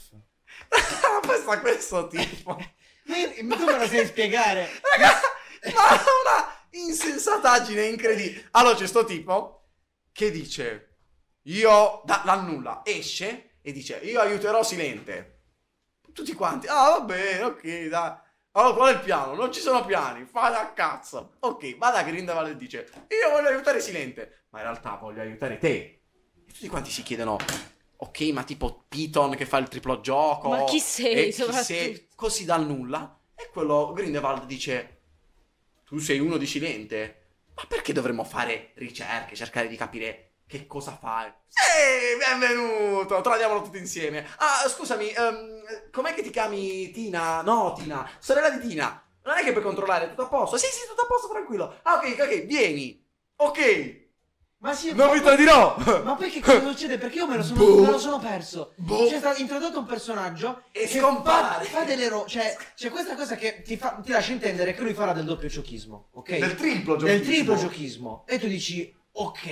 S2: questo tipo.
S4: Ma tu me lo sai spiegare?
S2: Ma una insensataggine incredibile. Allora c'è sto tipo che dice io dal nulla esce e dice io aiuterò Silente. Tutti quanti va bene, ok, dai. Allora qual è il piano? Non ci sono piani, fate a cazzo. Ok, va da Grindelwald e dice io voglio aiutare Silente, ma in realtà voglio aiutare te. E tutti quanti si chiedono ok, ma tipo Piton che fa il triplo gioco.
S5: Ma chi sei,
S2: e
S5: soprattutto?
S2: così dal nulla. E quello Grindelwald dice tu sei uno di Silente, ma perché dovremmo fare ricerche, cercare di capire che cosa fai? Sì, benvenuto, troviamolo tutti insieme. Ah, scusami, com'è che ti chiami Tina? No, Tina, sorella di Tina. Non è che puoi controllare, tutto a posto? Sì, tutto a posto, tranquillo. Ah, ok, vieni. Ok,
S4: Ma sì,
S2: non vi tradirò.
S4: Ma poi che cosa succede? Perché io me lo sono,
S2: Boh.
S4: me lo sono perso.
S2: Boh.
S4: C'è stato introdotto un personaggio
S2: E
S4: che
S2: scompare.
S4: fa delle cioè c'è questa cosa che ti lascia intendere che lui farà del doppio giochismo, ok?
S2: Del triplo
S4: Del
S2: giochismo.
S4: triplo giochismo. E tu dici, ok,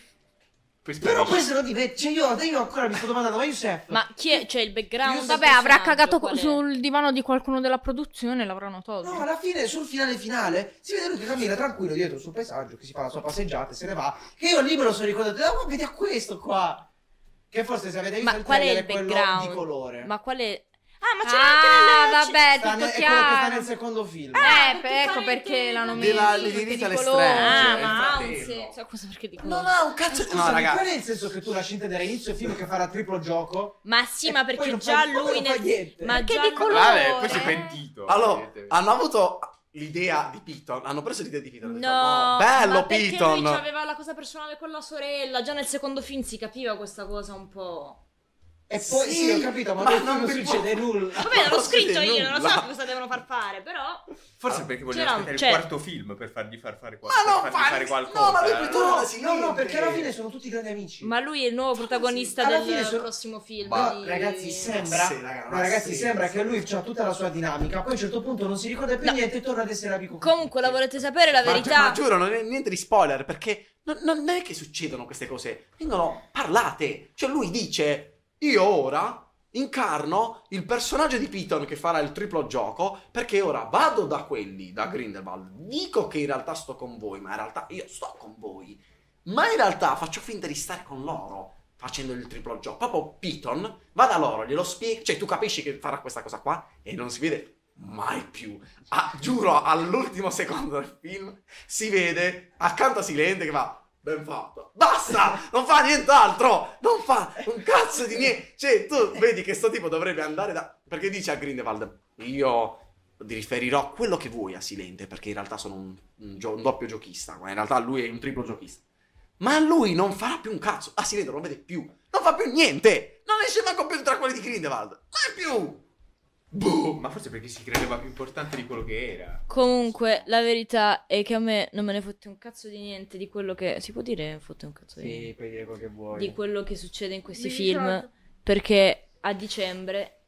S3: Poi
S4: però
S3: sparisce.
S4: poi se lo diventa. Cioè io ancora mi sto domandando, ma Youssef?
S5: Ma chi è? C'è il background?
S4: Io
S1: Vabbè,
S5: del
S1: avrà
S5: personaggio,
S1: cagato
S5: qual è?
S1: sul divano di qualcuno della produzione e l'avranno tolto.
S4: No, alla fine, sul finale, si vede lui che cammina tranquillo dietro sul paesaggio, che si fa la sua passeggiata e se ne va. Che io lì me lo sono ricordato, ma vedi a questo qua. Che forse se avete visto
S5: Ma
S4: il
S5: qual è
S4: trailer
S5: il
S4: è quello
S5: background?
S4: di colore.
S5: Ma qual è? Ah, ma c'era anche nel...
S1: vabbè,
S4: Sta
S1: tutto
S4: è quello che sta
S1: chiaro.
S4: nel secondo film.
S1: Ecco perché l'hanno messo.
S2: Della
S1: perché
S2: Lilita
S1: di
S2: Lestrange.
S1: colore.
S5: Ah,
S2: il
S5: ma ha un
S2: fratello.
S5: senso. Cosa perché dico?
S2: Non ha un cazzo di... No,
S4: Scusami,
S2: ragazzi.
S4: qual è il senso che tu lasci intendere all'inizio film che farà triplo gioco?
S5: Ma sì,
S4: E
S5: ma
S4: poi
S5: perché
S4: non
S5: già
S4: poi non
S5: lui
S4: fa niente.
S5: Ma
S1: Perché
S5: già
S1: di
S5: lui-
S1: colore.
S3: Vabbè, poi si è pentito.
S2: Allora,
S3: evidentemente.
S2: hanno avuto l'idea di Piton. Hanno preso l'idea di Piton. hanno detto,
S5: No,
S2: "Oh, bello
S5: ma perché
S2: Piton.
S5: lui aveva la cosa personale con la sorella. Già nel secondo film si capiva questa cosa un po'.
S4: E poi sì, ho capito, ma, non
S2: per
S4: succede nulla.
S5: Vabbè, l'ho
S2: non
S5: scritto
S2: succede
S5: io, non lo so
S2: nulla.
S5: cosa devono far fare, però.
S3: Forse perché vogliono
S5: c'era-
S3: aspettare
S5: cioè-
S3: il quarto film per fargli fare
S2: Ma
S3: per
S2: non
S3: fargli
S2: fare-
S3: fare
S2: no,
S3: qualcosa.
S2: ma lui
S3: eh.
S2: per
S4: No, perché alla fine sono tutti grandi amici.
S5: Ma lui è il nuovo protagonista
S4: alla
S5: del
S4: fine sono-
S5: prossimo film.
S2: Ma,
S5: di-
S4: Ragazzi, sembra,
S2: Sì, raga,
S4: no,
S2: ma
S4: ragazzi,
S2: sì.
S4: sembra che lui ha tutta la sua dinamica, poi a un certo punto non si ricorda più
S5: No.
S4: niente e torna ad essere amico con
S5: Comunque, la
S4: tutti.
S5: volete sapere la
S2: Ma
S5: verità?
S2: giuro, non è niente di spoiler, perché non è che succedono queste cose, vengono parlate. Cioè lui dice, io ora incarno il personaggio di Piton che farà il triplo gioco, perché ora vado da quelli, da Grindelwald, dico che in realtà sto con voi, ma in realtà io sto con voi, ma in realtà faccio finta di stare con loro facendo il triplo gioco. Proprio Piton va da loro, glielo spiega, cioè tu capisci che farà questa cosa qua e non si vede mai più. Ah, giuro, all'ultimo secondo del film si vede accanto a Silente che va ben fatto, basta, non fa nient'altro, non fa un cazzo di niente. Cioè tu vedi che sto tipo dovrebbe andare da, perché dice a Grindelwald io ti riferirò quello che vuoi a Silente, perché in realtà sono un doppio giochista, ma in realtà lui è un triplo giochista. Ma lui non farà più un cazzo, a Silente non vede più, non fa più niente, non esce manco più tra quelli di Grindelwald, mai più. Boh.
S3: Ma forse perché si credeva più importante di quello che era.
S5: Comunque, la verità è che a me non me ne fotte un cazzo di niente di quello che... Si può dire fotte un cazzo di niente?
S4: Sì, puoi dire quello che vuoi.
S5: Di quello che succede in questi
S1: Di
S5: film,
S1: solito.
S5: perché a dicembre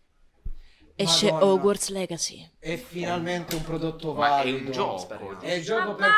S5: esce
S4: Madonna.
S5: Hogwarts Legacy.
S4: È finalmente un prodotto
S3: Ma è
S4: valido.
S3: un gioco.
S2: speriamo.
S4: È il gioco per...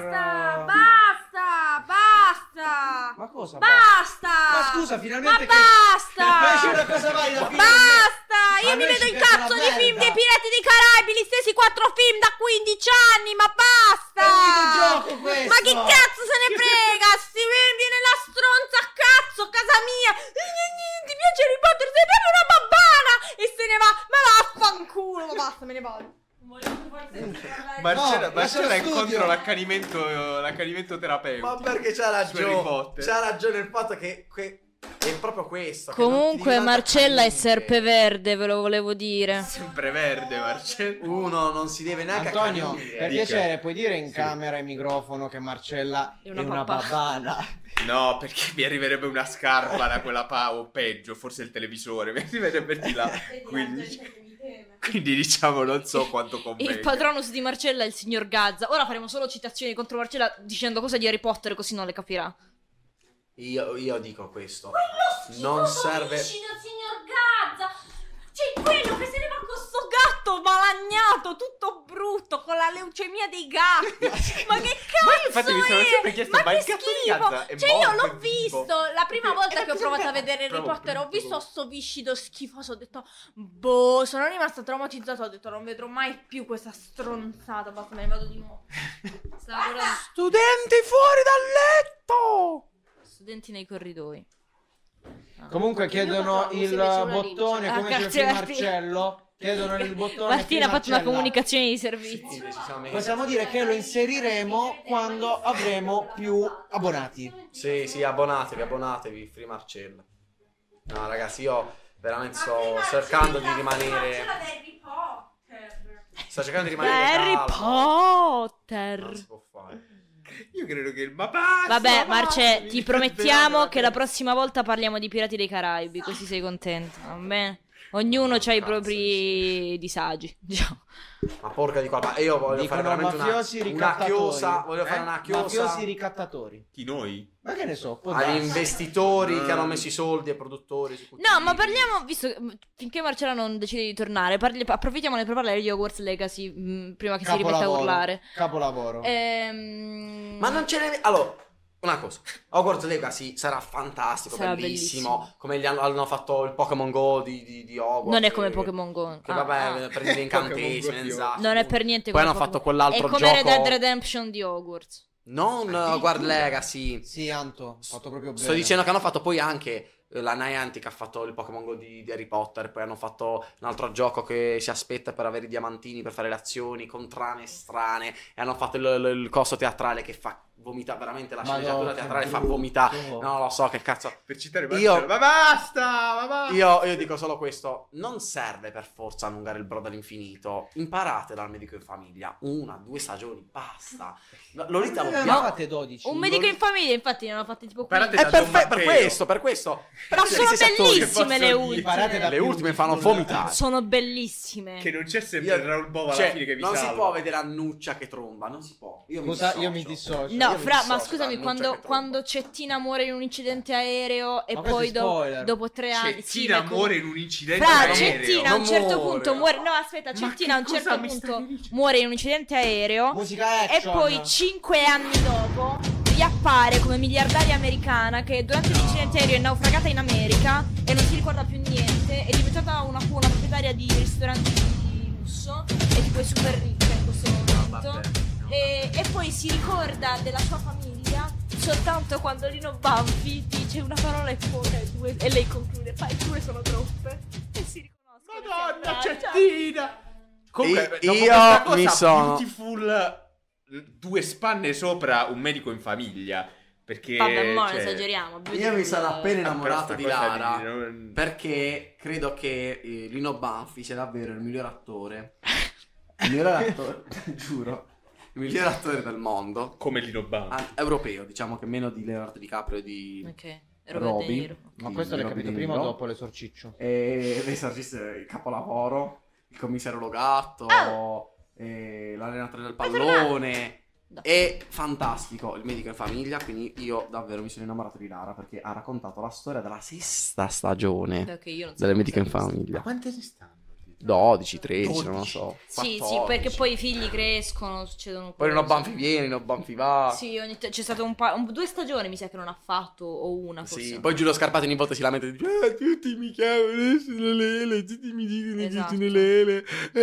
S1: Basta!
S4: Ma cosa?
S1: Basta!
S4: Ma scusa, finalmente
S1: Ma basta!
S4: Ma esce una cosa valida.
S1: Basta!
S4: Ma
S1: Io mi
S4: noi
S1: vedo
S4: ci
S1: in
S4: piace
S1: cazzo
S4: la
S1: di film
S4: merda.
S1: dei Pirati dei Caraibi, gli stessi 4 film da 15 anni, ma basta!
S4: È un videogioco questo!
S1: Ma chi cazzo se ne frega? Si viene la stronza a cazzo a casa mia! Ti piace Harry Potter? Sei proprio una babbana! E se ne va! Ma vaffanculo! Ma basta, me ne vado!
S3: Marcella,
S4: No,
S3: Marcella
S4: lascia
S3: è
S4: lo
S3: contro
S4: studio.
S3: l'accanimento terapeutico.
S2: Ma perché c'ha
S3: Su Harry
S2: ragione,
S3: Potter.
S2: c'ha ragione il fatto che è proprio questo. che
S5: Comunque,
S2: non ti devi
S5: Marcella è
S2: attaccare a niente.
S5: Serpeverde, ve lo volevo dire.
S3: Sempre verde, Marcella.
S2: Uno non si deve neanche
S4: Antonio,
S2: accanire.
S4: per
S3: Dica.
S4: piacere, puoi dire in camera e microfono che Marcella
S5: È
S4: è
S5: una
S4: una
S5: papà.
S4: babbana?
S3: No, perché mi arriverebbe una scarpa da quella o peggio, forse il televisore, mi arriverebbe di là. Quindi diciamo non so quanto convenga.
S5: Il patronus di Marcella è il signor Gazza. Ora faremo solo citazioni contro Marcella dicendo cose di Harry Potter, così non le capirà.
S2: Io dico questo.
S5: Quello
S2: Non
S5: schifoso
S2: serve.
S5: viscido, signor Gazza. C'è quello che se ne va con sto gatto malagnato, tutto brutto, con la leucemia dei gatti. Ma che cazzo
S3: Ma io infatti mi sono
S5: è?
S3: sempre chiesto, ma
S5: che
S3: il gatto di
S5: schifo.
S3: Gazza è
S5: Cioè io
S3: morto,
S5: l'ho
S3: è vivo?
S5: visto, la prima volta che ho provato a vedere Harry
S3: proprio
S5: Potter, ho
S3: brutto.
S5: visto sto viscido schifoso, ho detto, boh, sono rimasta traumatizzata, ho detto non vedrò mai più questa stronzata, basta, me ne vado di nuovo. Stavo guardando
S2: Studenti fuori dal letto!
S5: studenti nei corridoi.
S4: Comunque chiedono
S6: facciamo?
S4: il
S6: Se invece una
S4: bottone,
S5: Ah,
S4: come c'è
S5: grazie,
S4: qui
S5: Martina.
S4: Marcello. Chiedono il bottone.
S5: Martina ha fatto una
S4: Marcella.
S5: comunicazione di servizio.
S2: Sì, decisamente.
S4: Possiamo dire che lo inseriremo quando avremo più abbonati.
S2: Sì, abbonatevi, Free Marcella. No, ragazzi, io veramente sto cercando di rimanere. Sto cercando di rimanere
S5: Harry
S2: calmo.
S5: Potter.
S2: Non si può fare.
S3: Io credo che ma basta.
S5: Vabbè, Marce,
S3: basta,
S5: ti promettiamo che la prossima volta parliamo di Pirati dei Caraibi, così sei contento, va bene? Ognuno ha i propri disagi, diciamo.
S2: Ma porca di qua, io voglio
S4: Dicono
S2: fare veramente
S4: mafiosi
S2: una
S4: ricattatori.
S2: chiosa. Voglio fare una chiosa
S4: Mafiosi ricattatori.
S3: Chi noi?
S4: Ma che ne so, può
S2: agli
S4: darsi.
S2: investitori che hanno messo i soldi ai produttori. su
S5: No, ma
S2: tutti.
S5: parliamo, visto che finché Marcella non decide di tornare, approfittiamone per parlare di Hogwarts Legacy, prima che si rimetta a
S4: Capolavoro.
S5: urlare.
S4: Capolavoro.
S2: Ma non ce ne. Allora, una cosa. Hogwarts Legacy sarà fantastico,
S5: Sarà
S2: bellissimo. Come hanno fatto il Pokémon Go di Hogwarts.
S5: Non è come Pokémon Go.
S2: Che
S5: Ah,
S2: vabbè,
S5: ah.
S2: prendi gli incantesimi,
S3: Pokémon Go,
S2: esatto.
S5: Non è per niente
S2: Poi
S5: come
S2: hanno fatto
S5: Pokémon.
S2: quell'altro
S5: È come
S2: gioco.
S5: Red Dead Redemption di Hogwarts.
S2: Non Hogwarts Legacy.
S4: Sì, Anto, fatto proprio bene.
S2: Sto dicendo che hanno fatto poi anche la Niantic ha fatto il Pokémon Go di Harry Potter. Poi hanno fatto un altro gioco che si aspetta per avere i diamantini per fare le azioni con trame strane. E hanno fatto il coso teatrale che fa vomitare. Veramente la
S4: Madonna,
S2: sceneggiatura teatrale
S4: che
S2: fa
S4: brutto.
S2: vomitare. Non lo so che cazzo.
S3: Per citare
S2: Io-
S3: Marcello. Ma basta.
S2: Io dico solo questo: non serve per forza allungare il brodo all'infinito. Imparate dal medico in famiglia. 1, 2 stagioni, basta. Lolita lo
S4: Ne
S2: piano.
S4: fate 12.
S5: Un medico in famiglia, infatti, ne hanno fatte tipo
S3: Imparate
S5: 15.
S3: da Don Matteo.
S2: Per questo.
S5: Ma sono
S2: Gli stessi attori.
S5: bellissime le ultime.
S4: Imparate da
S2: Le
S4: più
S2: ultime fanno
S4: piccoli.
S2: vomitare.
S5: Sono bellissime.
S3: Che non c'è sempre il Raul Bova alla
S2: Cioè,
S3: fine che vi
S2: non
S3: salva.
S2: si può vedere Annuccia che tromba, non si può.
S4: Scusa, io mi dissocio.
S5: No,
S2: io mi
S5: ma
S2: dissocio
S5: scusami,
S2: da
S5: quando,
S2: Annuccia che
S5: quando Cettina muore in un incidente aereo e
S4: Ma
S5: poi
S4: questi spoiler.
S5: dopo 3 anni...
S3: Cettina
S5: ma
S3: muore in un incidente
S5: Fra,
S3: aereo.
S5: Cettina a un
S2: Non
S5: certo
S2: muore.
S5: punto muore... No, aspetta,
S3: Ma
S5: Cettina a un
S3: che
S5: certo
S3: cosa mi
S5: punto
S3: stai dicendo?
S5: muore in un incidente aereo
S4: Musica
S5: e
S4: action.
S5: poi 5 anni dopo riappare come miliardaria americana che durante l'incidente aereo è naufragata in America e non si ricorda più niente, è diventata una proprietaria di ristoranti di lusso e tipo è super ricca in questo momento. E poi si ricorda della sua famiglia soltanto quando Lino Banfi dice una parola e poi e lei conclude, fai 2 sono troppe e si riconoscono.
S3: Madonna,
S5: Cioè,
S3: Cettina! Comunque, dopo
S2: Io
S3: questa cosa
S2: mi sono-
S3: Beautiful 2 spanne sopra un medico in famiglia. Perché
S5: vabbè, mo'
S3: cioè,
S5: esageriamo.
S2: Io mi sono appena innamorato
S3: però
S2: di
S3: sta cosa
S2: Lara
S3: non-
S2: perché credo che Lino Banfi sia davvero il miglior attore. Il miglior attore, giuro. Il miglior attore del mondo.
S3: come Lino Banfi.
S2: Europeo, diciamo che meno di Leonardo DiCaprio e di
S5: Ok,
S2: Robby.
S5: De Niro.
S4: Ma questo l'hai
S2: Robby
S4: capito
S2: De
S4: prima o
S2: Niro.
S4: dopo l'esorciccio?
S2: E l'esorcista è il capolavoro, il commissario Logatto, l'allenatore del pallone. È fantastico il medico in famiglia, quindi io davvero mi sono innamorato di Lara perché ha raccontato la storia della 6ª stagione
S5: Perché io non so
S2: delle
S5: come
S2: mediche in
S5: sia
S2: famiglia.
S3: Ma quante ne stanno?
S2: 12, 13, non lo so.
S5: Sì,
S2: 14.
S5: perché poi i figli crescono, succedono
S2: Poi
S5: cose.
S2: Lino Banfi viene, Lino Banfi va.
S5: Sì, c'è stato 2 stagioni mi sa che non ha fatto, o una forse.
S2: Sì, poi Giulio Scarpati ogni volta si lamenta e dice tutti mi chiamano sono Lele, tutti mi dicono che
S5: Esatto.
S2: sono Lele,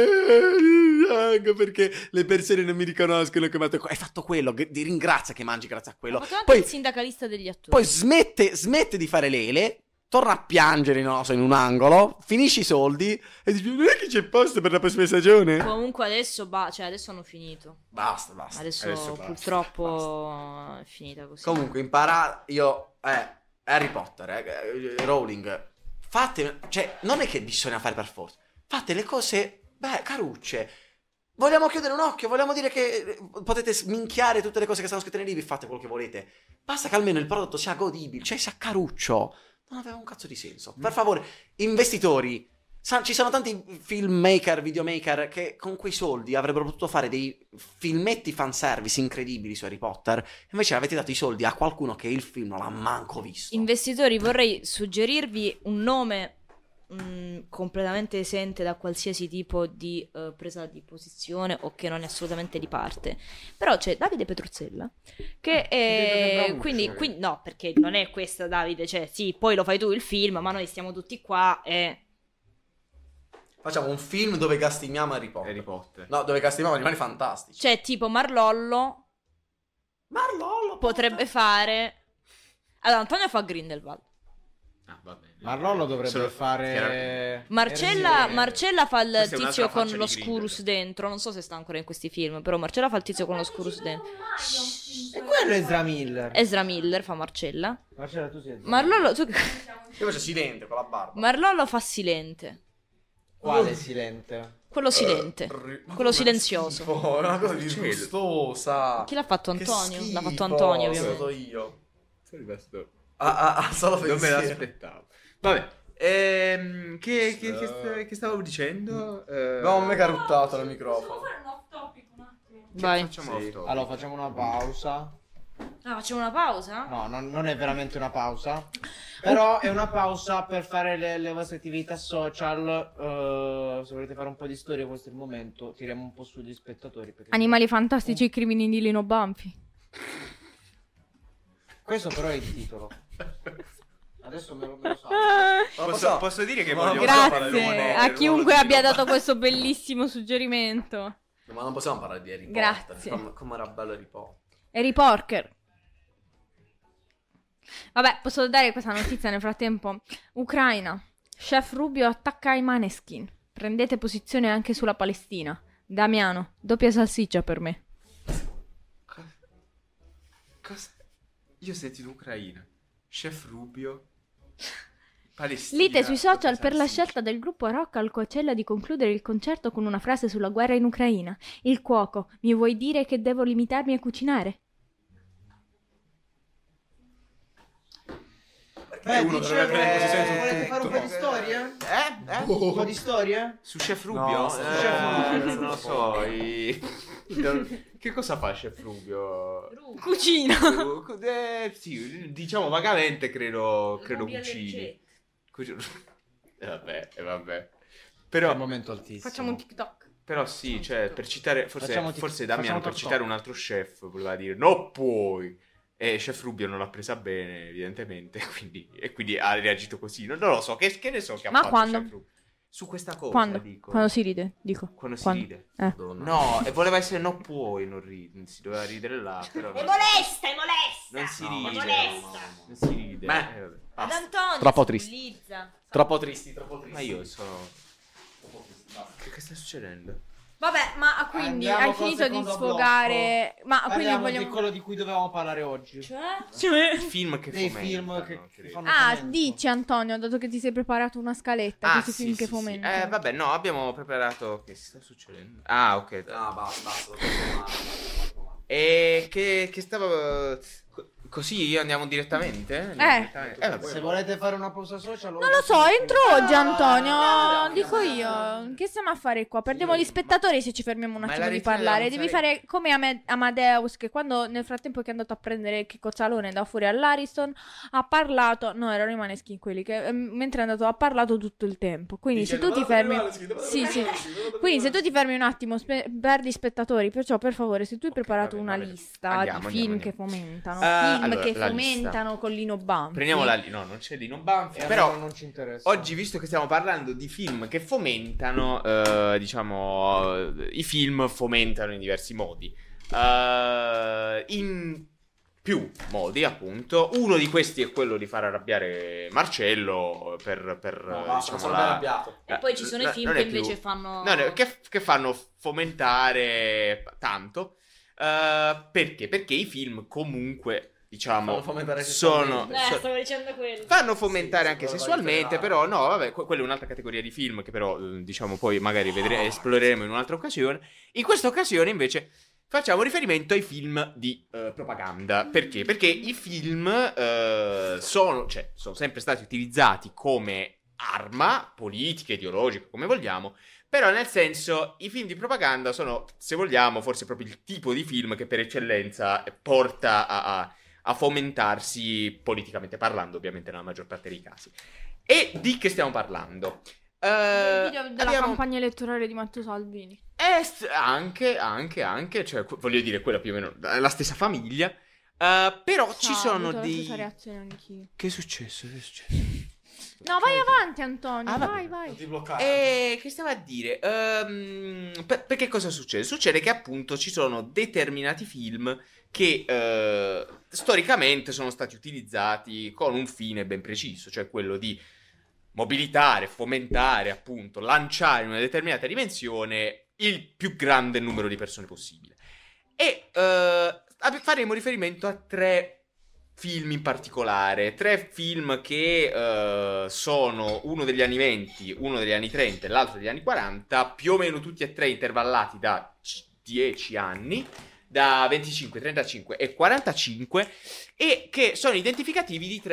S2: anche perché le persone non mi riconoscono che hai fatto quello, ti ringrazia che mangi grazie a quello.
S5: Ha fatto anche
S2: Poi,
S5: il sindacalista degli attori.
S2: poi smette di fare Lele, torna a piangere, non lo so, in un angolo, finisce i soldi e dice non è che c'è posto per la prossima stagione?
S5: Comunque adesso, adesso hanno finito.
S2: Basta.
S5: Adesso,
S3: basta,
S5: purtroppo è finita così.
S2: Comunque impara Harry Potter, Rowling, fate, cioè non è che bisogna fare per forza, fate le cose carucce. Vogliamo chiudere un occhio, vogliamo dire che potete sminchiare tutte le cose che stanno scritte nei libri, fate quello che volete, basta che almeno il prodotto sia godibile, cioè sia caruccio. Non aveva un cazzo di senso. Per favore, investitori, Ci sono tanti filmmaker, videomaker che con quei soldi avrebbero potuto fare dei filmetti fanservice incredibili su Harry Potter. Invece avete dato i soldi a qualcuno che il film non l'ha manco visto.
S5: Investitori, vorrei suggerirvi un nome completamente esente da qualsiasi tipo di presa di posizione o che non è assolutamente di parte. Però c'è Davide Petruzzella che è quindi no, perché non è questa Davide, cioè sì, poi lo fai tu il film, ma noi stiamo tutti qua e
S2: Facciamo un film dove castimiamo Harry Potter.
S3: Harry Potter.
S2: No, dove castimiamo animali fantastici.
S5: cioè tipo Marlollo
S2: Marlollo
S5: potrebbe fare. Allora Antonio fa Grindelwald.
S3: Ah, va bene.
S4: Marlollo dovrebbe
S3: Solo-
S4: fare...
S5: Marcella fa il
S3: Questa è
S5: tizio
S3: un'altra
S5: con
S3: faccia
S5: lo
S3: di Grindelwald.
S5: Scurus dentro. Non so se sta ancora in questi film, però Marcella fa il tizio con lo Scurus dentro.
S4: E quello è Ezra Miller.
S5: Ezra Miller fa Marcella.
S4: Marcella, tu sei Ezra
S5: Marlollo, tu...
S2: Io faccio silente con la barba.
S5: Marlollo fa Silente.
S4: Quale silente?
S5: Quello silente. Quello silenzioso.
S2: È una cosa disgustosa.
S5: Chi l'ha fatto?
S2: Che
S5: Antonio? L'ha
S2: schifo,
S5: fatto Antonio,
S2: sono
S5: ovviamente.
S2: stato io.
S3: Sono rimasto...
S2: Solo
S3: Non me
S2: pensiero.
S3: l'aspettavo. Vabbè. Che stavo dicendo?
S2: No, me caruttato nel microfono.
S5: Vai.
S3: Facciamo off topic.
S4: Allora, facciamo una pausa.
S5: Ah, facciamo una pausa?
S4: No, non è veramente una pausa. Però è una pausa per fare le vostre attività social. Se volete fare un po' di storia, questo è il momento. Tiriamo un po' sugli spettatori. Perché
S1: Animali fantastici, i crimini di Lino Banfi.
S4: questo però è il titolo. Adesso me lo so.
S3: Posso dire che
S2: Ma
S3: voglio
S1: Grazie a chiunque abbia dato questo bellissimo suggerimento.
S2: Ma non possiamo parlare di Harry
S1: Grazie.
S2: Potter. Come era bello Harry Potter.
S1: Harry Porker. Vabbè, posso dare questa notizia nel frattempo. Ucraina. Chef Rubio attacca i Maneskin. Prendete posizione anche sulla Palestina. Damiano, doppia salsiccia per me.
S3: Cosa? Io ho sentito Ucraina. Chef Rubio. Palestina.
S1: Lite sui social per la
S3: salsiccia.
S1: scelta del gruppo rock al Coachella di concludere il concerto con una frase sulla guerra in Ucraina. Il cuoco, mi vuoi dire che devo limitarmi a cucinare?
S2: uno dovrebbe prendere posizione su
S4: volete fare un po' di storia? Un po' di storia?
S3: Su Chef Rubio?
S2: No,
S3: non lo so. Che cosa fa Chef Rubio?
S5: Cucina.
S3: Sì, diciamo vagamente credo
S5: Rubi
S3: cucini. Vabbè.
S4: È un
S3: Però,
S4: momento altissimo.
S1: Facciamo un TikTok.
S3: però sì, cioè per citare,
S4: Facciamo
S3: forse
S4: facciamo
S3: Damiano per
S4: TikTok.
S3: citare un altro chef voleva dire no puoi. E Chef Rubio non l'ha presa bene, evidentemente, quindi ha reagito così. Non lo so, che ne so che ha
S1: Ma
S3: fatto
S1: quando?
S3: Chef Rubio. Su questa cosa,
S1: Quando?
S3: dico.
S1: Quando si ride, dico.
S3: Quando si
S1: Quando?
S3: ride.
S2: Madonna.
S3: No, e voleva essere no puoi, non si doveva ridere là, però
S5: È molesta, è molesta.
S3: non si
S2: No,
S3: ride.
S5: molesta.
S3: Non si ride.
S2: Beh.
S3: vabbè,
S5: Ad
S3: basta.
S5: Antonio
S2: Troppo tristi.
S5: bullizza.
S2: Troppo tristi, troppo tristi.
S3: Ma io sono... Che sta succedendo?
S1: Vabbè, ma quindi
S4: Andiamo
S1: hai
S4: col
S1: finito di
S4: secondo
S1: sfogare... Ma quindi
S4: Parliamo
S1: vogliamo...
S4: di quello di cui dovevamo parlare oggi.
S5: Cioè?
S3: Film che
S4: Dei
S3: fomentano,
S4: film che
S3: credo.
S4: fanno
S1: Ah,
S4: fomento.
S1: dici Antonio, dato che ti sei preparato una scaletta, questi
S3: sì,
S1: film che
S3: sì,
S1: fomentano.
S3: sì. Vabbè, no, abbiamo preparato... Che sta succedendo? Ah, ok.
S2: Ah, basta. Lo faccio
S3: E che stavo... Così andiamo direttamente? Vabbè.
S4: Se volete fare una pausa social...
S1: Non lo so, entro oggi Antonio, dico io. Che stiamo a fare qua? Perdiamo gli spettatori se ci fermiamo un
S3: Ma
S1: attimo
S3: la
S1: di
S3: retina
S1: parlare.
S3: non
S1: Devi fare come Amadeus, che quando nel frattempo che è andato a prendere Chicco Zalone da fuori all'Ariston ha parlato, no, erano i Maneskin quelli che mentre è andato ha parlato tutto il tempo. Quindi se tu ti fermi Sì, sì. Quindi se tu ti fermi un attimo perdi spettatori, perciò per favore, se tu hai preparato
S3: va
S1: una
S3: bene.
S1: lista
S3: Andiamo,
S1: di film
S3: andiamo.
S1: che fomentano,
S3: Ah,
S1: film
S3: allora,
S1: che
S3: la
S1: fomentano con Lino Banfi.
S3: Prendiamo no, non c'è Lino Banfi,
S4: Però
S3: però...
S4: non ci interessa.
S3: Oggi, visto che stiamo parlando di film che fomentano, diciamo, i film fomentano in diversi modi. In più modi, appunto. Uno di questi è quello di far arrabbiare Marcello per diciamo,
S2: sono arrabbiato.
S5: E poi ci sono i film
S3: non
S5: che
S3: è più-
S5: invece fanno...
S3: No, che fanno fomentare tanto. Perché? Perché i film comunque, diciamo,
S2: Fanno fomentare
S3: sono...
S2: sessualmente.
S5: stavo dicendo quello.
S3: Fanno fomentare
S2: Sì,
S3: anche
S2: sì,
S3: sessualmente,
S2: vai,
S3: però no, vabbè, quella è un'altra categoria di film che però, diciamo, poi magari esploreremo in un'altra occasione. In questa occasione, invece, facciamo riferimento ai film di propaganda. Perché? Perché i film sono sempre stati utilizzati come arma politica, ideologica, come vogliamo, però nel senso i film di propaganda sono, se vogliamo, forse proprio il tipo di film che per eccellenza porta a fomentarsi politicamente parlando, ovviamente nella maggior parte dei casi. E di che stiamo parlando?
S1: Il video della campagna elettorale di Matteo Salvini.
S3: Anche, cioè, voglio dire, quella più o meno la stessa famiglia. Però ci sono
S1: avuto la
S3: dei...
S1: stessa reazione anch'io.
S3: Che è successo?
S1: No, vai avanti, Antonio.
S3: Ah,
S1: vai.
S2: Non ti bloccare.
S3: Che stavo a dire? Perché cosa succede? Succede che appunto ci sono determinati film che storicamente sono stati utilizzati con un fine ben preciso, cioè quello di mobilitare, fomentare, appunto, lanciare in una determinata dimensione il più grande numero di persone possibile. E faremo riferimento a 3 film in particolare, 3 film che sono uno degli anni 20, uno degli anni 30 e l'altro degli anni 40, più o meno tutti e 3 intervallati da 10 anni, da 25, 35 e 45, e che sono identificativi di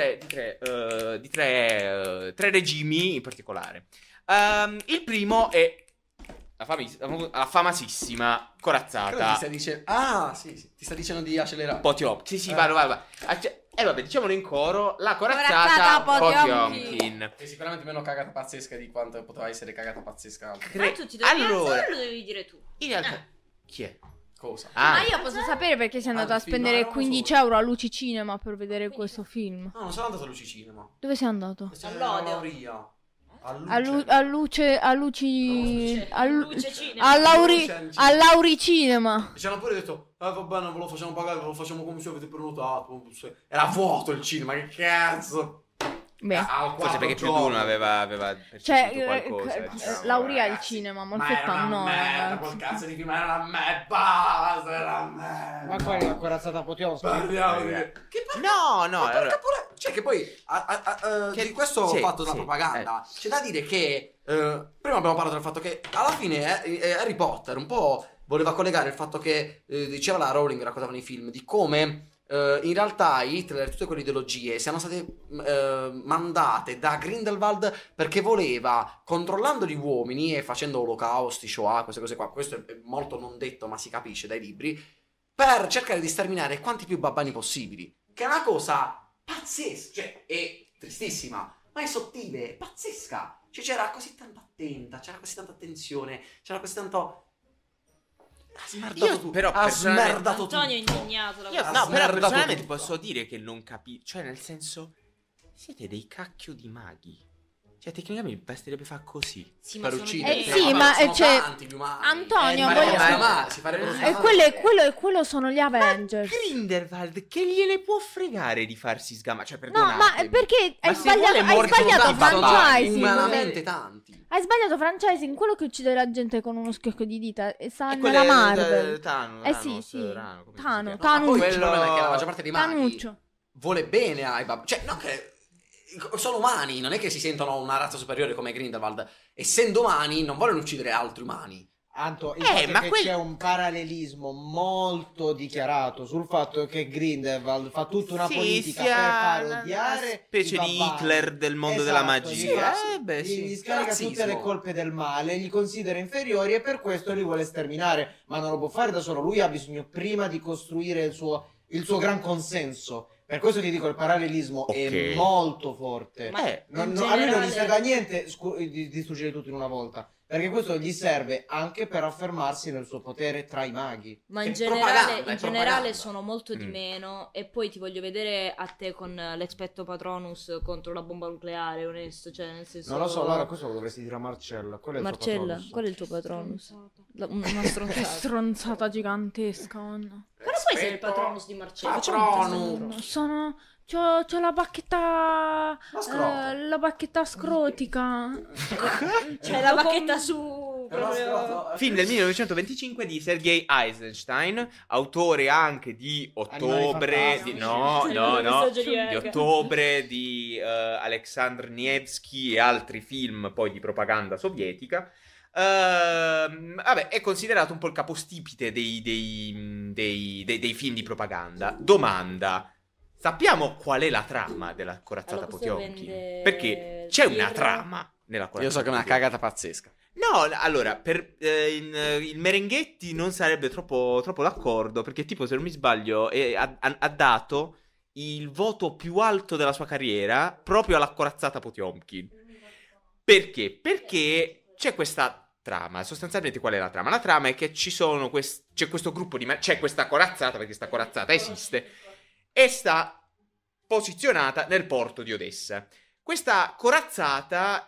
S3: tre regimi in particolare. Il primo è la famasissima corazzata
S2: ti sta dicendo di accelerare.
S3: Potiomkin. Sì, vai. Vabbè, diciamolo in coro, la corazzata Potiomkin.
S2: È sicuramente meno cagata pazzesca di quanto poteva essere cagata pazzesca.
S5: Ma tu ti dovevi
S3: Allora,
S5: alzare o lo devi dire tu?
S3: in realtà, chi è?
S2: Cosa?
S1: Ma io posso sapere perché sei andato a
S2: film,
S1: spendere
S2: eravamo
S1: 15 euro a Luci Cinema per vedere questo film.
S2: No, non sono andato a Luci Cinema.
S1: Dove sei andato?
S5: All'Odeon.
S1: A Luce
S5: Cinema.
S1: a Lauri Cinema.
S2: Ci hanno pure detto, va bene, ve lo facciamo pagare, ve lo facciamo come se avete prenotato. Era vuoto il cinema, che cazzo.
S1: Beh,
S3: Forse perché più di uno aveva
S1: cioè,
S3: percepito qualcosa.
S1: Lauria il cinema, Molfetta no.
S2: Quel cazzo di film era una merda, basta, era una merda.
S4: Ma qual è la corazzata Potiomkin?
S2: Parliamo di...
S3: No,
S2: Cioè che poi di questo
S3: sì,
S2: fatto da
S3: sì,
S2: propaganda c'è da dire che prima abbiamo parlato del fatto che alla fine Harry Potter un po' voleva collegare il fatto che diceva la Rowling, raccontava nei film di come in realtà Hitler e tutte quelle ideologie siano state mandate da Grindelwald perché voleva, controllando gli uomini e facendo olocausti, Shoah, queste cose qua, questo è molto non detto ma si capisce dai libri, per cercare di sterminare quanti più babbani possibili, che è una cosa pazzesca, cioè è tristissima, ma è sottile, è pazzesca, cioè c'era così tanta attenta, c'era così tanta attenzione, c'era così tanto... Ha smerdato tutto.
S3: Però
S2: ha smerdato
S5: Antonio è
S2: tutto.
S5: indignato.
S3: Io,
S2: Ha
S3: no, però
S2: smerdato
S3: personalmente
S2: tutto.
S3: posso dire che non capisco. Cioè, nel senso, siete dei cacchio di maghi. Cioè, tecnicamente basterebbe fare così.
S5: Sì, ma
S2: Per
S5: sono
S2: uccidere.
S5: dei-
S1: sì, ma
S2: sono
S1: cioè,
S2: tanti gli umani.
S1: Antonio,
S2: Ma
S1: voglio-
S2: si farebbero
S1: quello sono gli Avengers.
S3: Grindelwald, che gliele può fregare di farsi sgamare? Cioè,
S1: No, ma
S3: perdonatemi.
S1: perché
S3: Ma
S1: hai
S3: se vuole
S1: sbagliato
S3: morti sono tanti
S1: franchising.
S2: umanamente tanti.
S1: Hai sbagliato franchising, quello che uccide la gente con uno schiocco di dita e sta
S3: E quello
S1: nella
S3: è
S1: Marvel.
S3: Thanos,
S1: sì.
S3: Rano, come si
S1: Tano,
S3: chiama?
S2: No, ma poi il
S1: Tanuccio.
S2: problema è che la maggior parte dei maghi
S1: Tanuccio.
S2: vuole bene ai bambini. Cioè, no che... Sono umani, non è che si sentono una razza superiore come Grindelwald. Essendo umani, non vogliono uccidere altri umani.
S4: Anto, il fatto
S3: ma
S4: è che c'è un parallelismo molto dichiarato sul fatto che Grindelwald fa tutta una
S3: Sì,
S4: politica
S3: sia
S4: per fare
S3: una
S4: odiare
S3: specie
S4: i
S3: di
S4: babbani.
S3: Hitler del mondo
S4: Esatto,
S3: della magia.
S4: gli
S3: Sì.
S4: scarica
S2: Razzismo.
S4: tutte le colpe del male, li considera inferiori e per questo li vuole sterminare, ma non lo può fare da solo, lui ha bisogno prima di costruire il suo gran consenso. Per questo ti dico, il parallelismo
S3: Ok.
S4: è molto forte.
S5: Ma
S4: A
S5: in
S4: lui non
S5: generale-
S4: gli serve a niente di distruggere tutto in una volta, perché questo gli serve anche per affermarsi nel suo potere tra i maghi.
S5: Ma in
S2: È propaganda,
S5: generale,
S2: è
S5: in generale
S2: propaganda.
S5: sono molto di
S3: Mm.
S5: meno. E poi ti voglio vedere a te con l'Expecto Patronus contro la bomba nucleare, onesto. Cioè, nel senso.
S4: Non lo so, Laura, questo lo dovresti dire a Marcella. Quello è il suo
S5: Marcella,
S4: Patronus.
S5: qual è il tuo Patronus? Una
S1: Che
S5: stronzata.
S1: stronzata gigantesca, Anna.
S5: Però poi sei il Patronus di Marcella.
S2: Patronus.
S1: C'ho la bacchetta.
S2: scrota.
S1: La bacchetta scrotica.
S5: C'è la bacchetta su. proprio-
S3: Film del 1925 di Sergei Eisenstein, autore anche di Ottobre,
S4: Animali
S3: di,
S4: fantastici.
S3: di Ottobre, di Alexandr Nevsky e altri film poi di propaganda sovietica. Vabbè, è considerato un po' il capostipite dei film di propaganda. Domanda: Sappiamo qual è la trama della corazzata
S5: Allora, questo
S3: Potiomkin?
S5: vende
S3: Perché c'è una
S5: birra.
S3: trama nella corazzata.
S2: Io so che è una
S3: Potiomkin.
S2: cagata pazzesca.
S3: No, allora, il Merenghetti non sarebbe troppo d'accordo, perché tipo, se non mi sbaglio, ha dato il voto più alto della sua carriera proprio alla corazzata Potiomkin. Perché? Perché c'è questa trama. Sostanzialmente qual è la trama? La trama è che c'è questo gruppo c'è questa corazzata, perché questa corazzata esiste, e sta posizionata nel porto di Odessa. Questa corazzata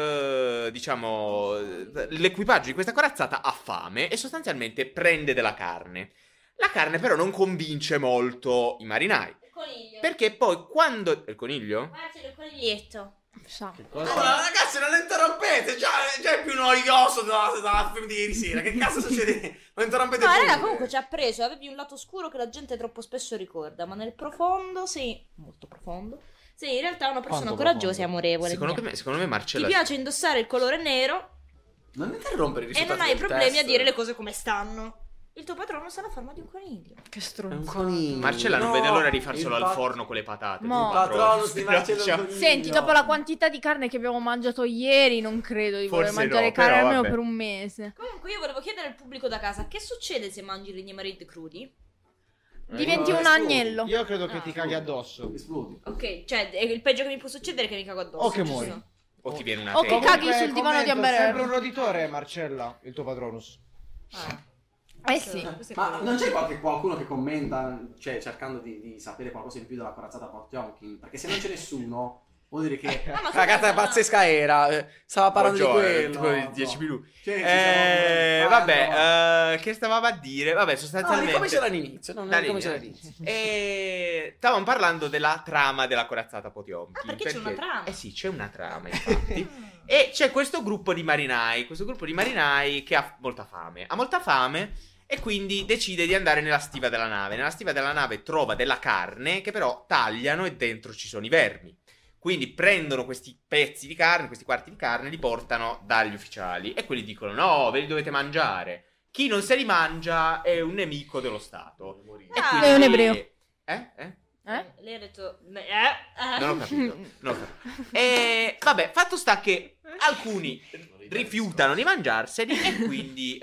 S3: è, diciamo, l'equipaggio di questa corazzata ha fame e sostanzialmente prende della carne. La carne però non convince molto i marinai,
S5: Il coniglio.
S3: perché poi quando... Il coniglio?
S5: Guarda, c'è il coniglietto.
S1: Sa.
S2: Allora, ragazzi, non interrompete. Già è più noioso dalla film di ieri sera. Che cazzo succede? Non interrompete
S5: No,
S2: più.
S5: raga, comunque ci ha preso. Avevi un lato oscuro che la gente troppo spesso ricorda, ma nel profondo sei molto profondo. Sei in realtà una persona
S4: Quanto
S5: coraggiosa e
S4: profondo?
S5: amorevole.
S3: Secondo me
S5: Ti
S3: Marcella...
S5: piace indossare il colore nero
S2: Non interrompere i
S5: e
S2: risultati
S5: non hai
S2: del
S5: problemi
S2: test.
S5: a dire le cose come stanno. Il tuo patrono sta alla forma di un coniglio.
S1: Che
S2: È un
S1: stronzo.
S2: coniglio.
S3: Marcella non
S2: No,
S3: vede l'ora di farselo
S2: il
S3: al
S2: pat-
S3: forno con le patate.
S1: Mo.
S3: tipo
S2: Il Patronus di
S3: No,
S2: Marcello
S3: diciamo-
S2: Coniglio.
S1: Senti, dopo la quantità di carne che abbiamo mangiato ieri, non credo di voler
S3: Forse
S1: mangiare
S3: no,
S1: carne
S3: però
S1: almeno
S3: vabbè.
S1: per un mese.
S5: Comunque io volevo chiedere al pubblico da casa che succede se mangi gli Marid crudi?
S1: Diventi un
S2: esplodi.
S1: agnello.
S4: Io credo che ti caghi addosso.
S2: Esplodi.
S5: Ok, cioè il peggio che mi può succedere è che mi cago addosso.
S4: O che
S5: giusto?
S4: muori.
S3: O ti viene una
S1: O che
S3: testa.
S1: caghi sul divano di Amber Heard.
S4: Sempre un roditore, Marcella, il tuo patronus.
S5: Ah,
S1: Eh sì.
S5: questo è
S2: Ma
S5: quello.
S2: non c'è qualcuno che commenta, cioè cercando di sapere qualcosa in più della corazzata Potiomkin? Perché se non c'è nessuno, vuol dire che
S5: No, ma
S2: cagata
S5: scusa,
S2: pazzesca era. Stava parlando di quello.
S3: tipo di
S2: no.
S3: 10 minuti.
S2: Sì, ci siamo-
S3: Vabbè, che stavamo a dire? Vabbè,
S2: No,
S3: sostanzialmente...
S2: come c'era all'inizio, no,
S3: Da lì,
S2: come c'era all'inizio.
S3: Stavamo parlando della trama della corazzata Potiomkin.
S5: Ah, perché c'è una trama?
S3: Eh sì, c'è una trama, infatti. E c'è questo gruppo di marinai che ha molta fame. Ha molta fame e quindi decide di andare nella stiva della nave. Nella stiva della nave trova della carne che però tagliano e dentro ci sono i vermi. Quindi prendono questi pezzi di carne, questi quarti di carne, li portano dagli ufficiali e quelli dicono: no, ve li dovete mangiare. Chi non se li mangia è un nemico dello Stato. E
S5: Ah.
S3: quindi-
S1: È un ebreo.
S3: Eh?
S5: Lei ha detto...
S3: Non ho capito. Non ho capito. E vabbè, fatto sta che alcuni rifiutano di mangiarseli e quindi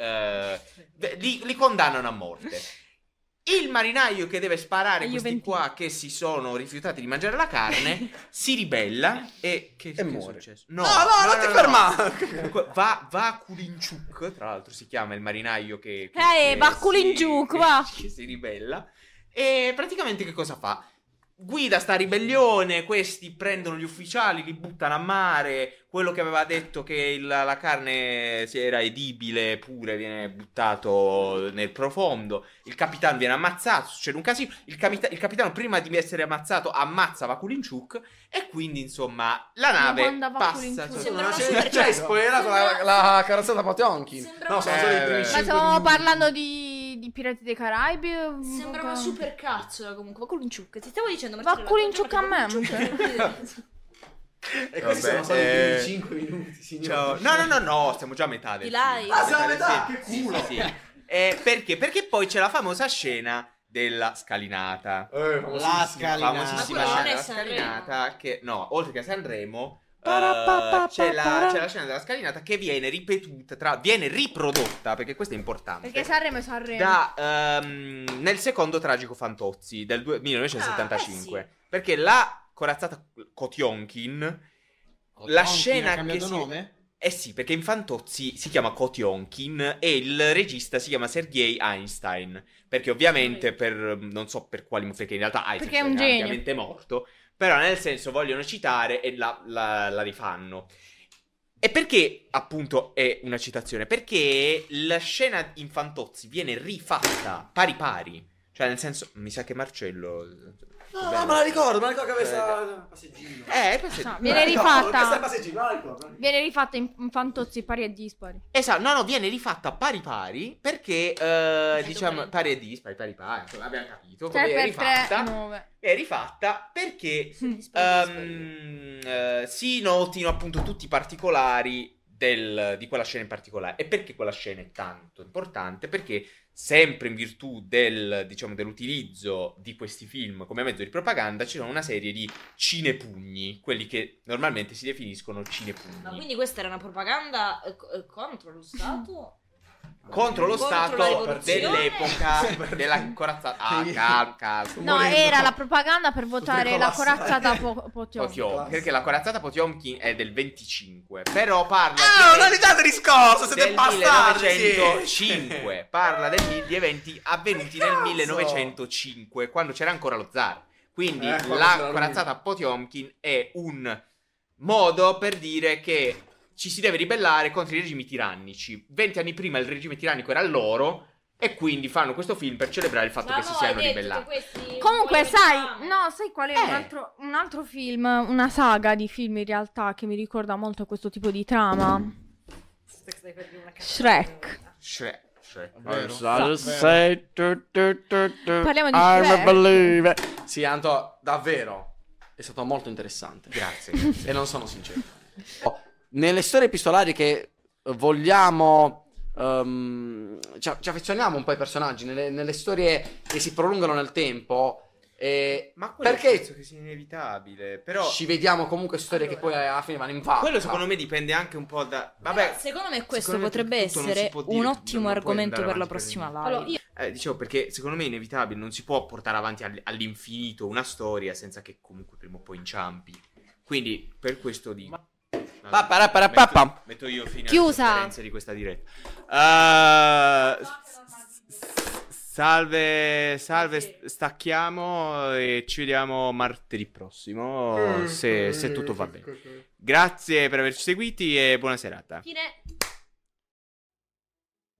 S3: li condannano a morte. Il marinaio che deve sparare
S1: Agli
S3: questi
S1: Juventini.
S3: qua che si sono rifiutati di mangiare la carne si ribella e che è
S2: muore.
S3: successo?
S2: No, non ti fermare.
S3: Comunque, va a Kulinchuk, tra l'altro si chiama il marinaio che
S1: va a Kulinchuk, va.
S3: che si ribella. E praticamente che cosa fa? Guida sta ribellione, questi prendono gli ufficiali, li buttano a mare, quello che aveva detto che la carne era edibile pure viene buttato nel profondo, il capitano viene ammazzato, succede un casino, il capitano prima di essere ammazzato ammazza Vakulinchuk e quindi insomma la nave
S1: quando
S3: passa...
S1: Vakulinchuk-
S5: Sembra una
S2: C'è
S5: super
S2: c'hai spoilerato la carrozzata Potiomkin.
S5: Sembra
S2: No,
S5: una-
S2: sono solo i primi
S3: Ma
S2: 5
S1: Ma stavamo
S2: minuti.
S1: parlando di Pirati dei Caraibi.
S5: Sembra una super cazzola comunque. Va Kulinchuk. Ti stavo dicendo,
S1: Va Kulinchuk a me.
S2: E questi sono solo i primi 5 minuti, signore.
S3: Ciao. No, stiamo già a metà del
S5: Di là,
S3: film.
S2: Ah, siamo a metà,
S3: Sì,
S2: che
S3: sì,
S2: culo.
S3: sì, sì. Perché? Perché poi c'è la famosa scena della scalinata.
S4: La scalinata.
S3: Famosissima
S5: Ma
S3: scena
S5: quella non è
S3: della
S5: Sanremo.
S3: scalinata che, no, oltre che a Sanremo, c'è la scena della scalinata che viene ripetuta, viene riprodotta, perché questo è importante.
S1: Perché Sanremo è Sanremo.
S3: Nel secondo Tragico Fantozzi del 1975.
S5: Ah, eh
S3: Perché la corazzata Kotionkin, la scena
S4: ha
S3: che
S4: cambiato
S3: si...
S4: nome?
S3: Eh sì, perché in Fantozzi si chiama Kotionkin e il regista si chiama Sergei Einstein. Perché ovviamente non so per quali, perché in realtà Einstein
S1: Perché è un genio.
S3: ovviamente morto, però nel senso vogliono citare e la rifanno. E perché appunto è una citazione? Perché la scena in Fantozzi viene rifatta pari pari. Cioè nel senso, mi sa che Marcello...
S2: No, me la ricordo che aveva questa passeggino.
S3: Questo
S1: No, viene
S2: Questa è
S1: rifatta.
S2: passeggino, me la ricordo.
S1: Viene rifatta in Fantozzi pari e dispari.
S3: esatto, no, viene rifatta pari pari perché, diciamo,
S5: bene.
S3: pari e dispari, insomma, abbiamo capito.
S1: 3
S3: Viene
S1: per 3,
S3: rifatta,
S1: 9.
S3: è rifatta perché si notino appunto tutti i particolari di quella scena in particolare. E perché quella scena è tanto importante? Perché sempre in virtù dell'utilizzo di questi film come mezzo di propaganda, ci sono una serie di cinepugni, quelli che normalmente si definiscono
S5: Ma
S3: cinepugni.
S5: quindi questa era una propaganda contro lo Stato?
S3: Contro lo
S5: Contro
S3: Stato
S5: la rivoluzione?
S3: dell'epoca della corazzata. Calma.
S1: No,
S2: Morendo.
S1: era la propaganda per votare la
S2: collassare.
S1: corazzata Potiomkin.
S3: Potiomkin, perché la corazzata Potiomkin è del 25, però parla
S2: un'unità di discorso, siete
S3: del
S2: bastardi!
S3: 1905, parla di eventi avvenuti nel 1905, quando c'era ancora lo zar. Quindi
S2: quando
S3: la
S2: c'era lui.
S3: corazzata Potiomkin è un modo per dire che ci si deve ribellare contro i regimi tirannici. 20 anni prima il regime tirannico era loro, e quindi fanno questo film per celebrare il fatto
S5: Ma
S3: che
S5: no,
S3: si siano
S5: hai detto
S3: ribellati.
S5: che questi
S1: Comunque,
S5: poi
S1: sai,
S5: facciamo.
S1: no, sai qual è un altro film, una saga di film in realtà che mi ricorda molto questo tipo di trama?
S5: Stai per dire una cazzata.
S1: Shrek.
S3: Shrek.
S4: Vero.
S1: Parliamo di Shrek.
S2: Sì, Anto, davvero è stato molto interessante.
S3: Grazie.
S2: E non sono sincero. Nelle storie epistolari che vogliamo ci affezioniamo un po' ai personaggi, nelle storie che si prolungano nel tempo,
S3: Ma quello
S2: perché
S3: penso che sia inevitabile, però
S2: ci vediamo comunque storie che poi alla fine vanno in vacca.
S3: quello secondo me dipende anche un po' da... Vabbè,
S5: Però, secondo me questo
S3: secondo me
S5: potrebbe
S3: tutto non si
S5: essere
S3: può dire,
S5: un
S3: non
S5: ottimo
S3: puoi
S5: argomento
S3: andare
S5: per la
S3: avanti
S5: prossima
S3: così.
S5: live.
S6: Allora, io
S3: dicevo, perché secondo me è inevitabile, non si può portare avanti all'infinito una storia senza che comunque prima o poi inciampi. Quindi per questo dico. Metto io fine alle
S1: Chiusa.
S3: sofferenze di questa diretta. Salve, stacchiamo e ci vediamo martedì prossimo, se tutto va bene. Grazie per averci seguiti e buona serata.
S5: Fine.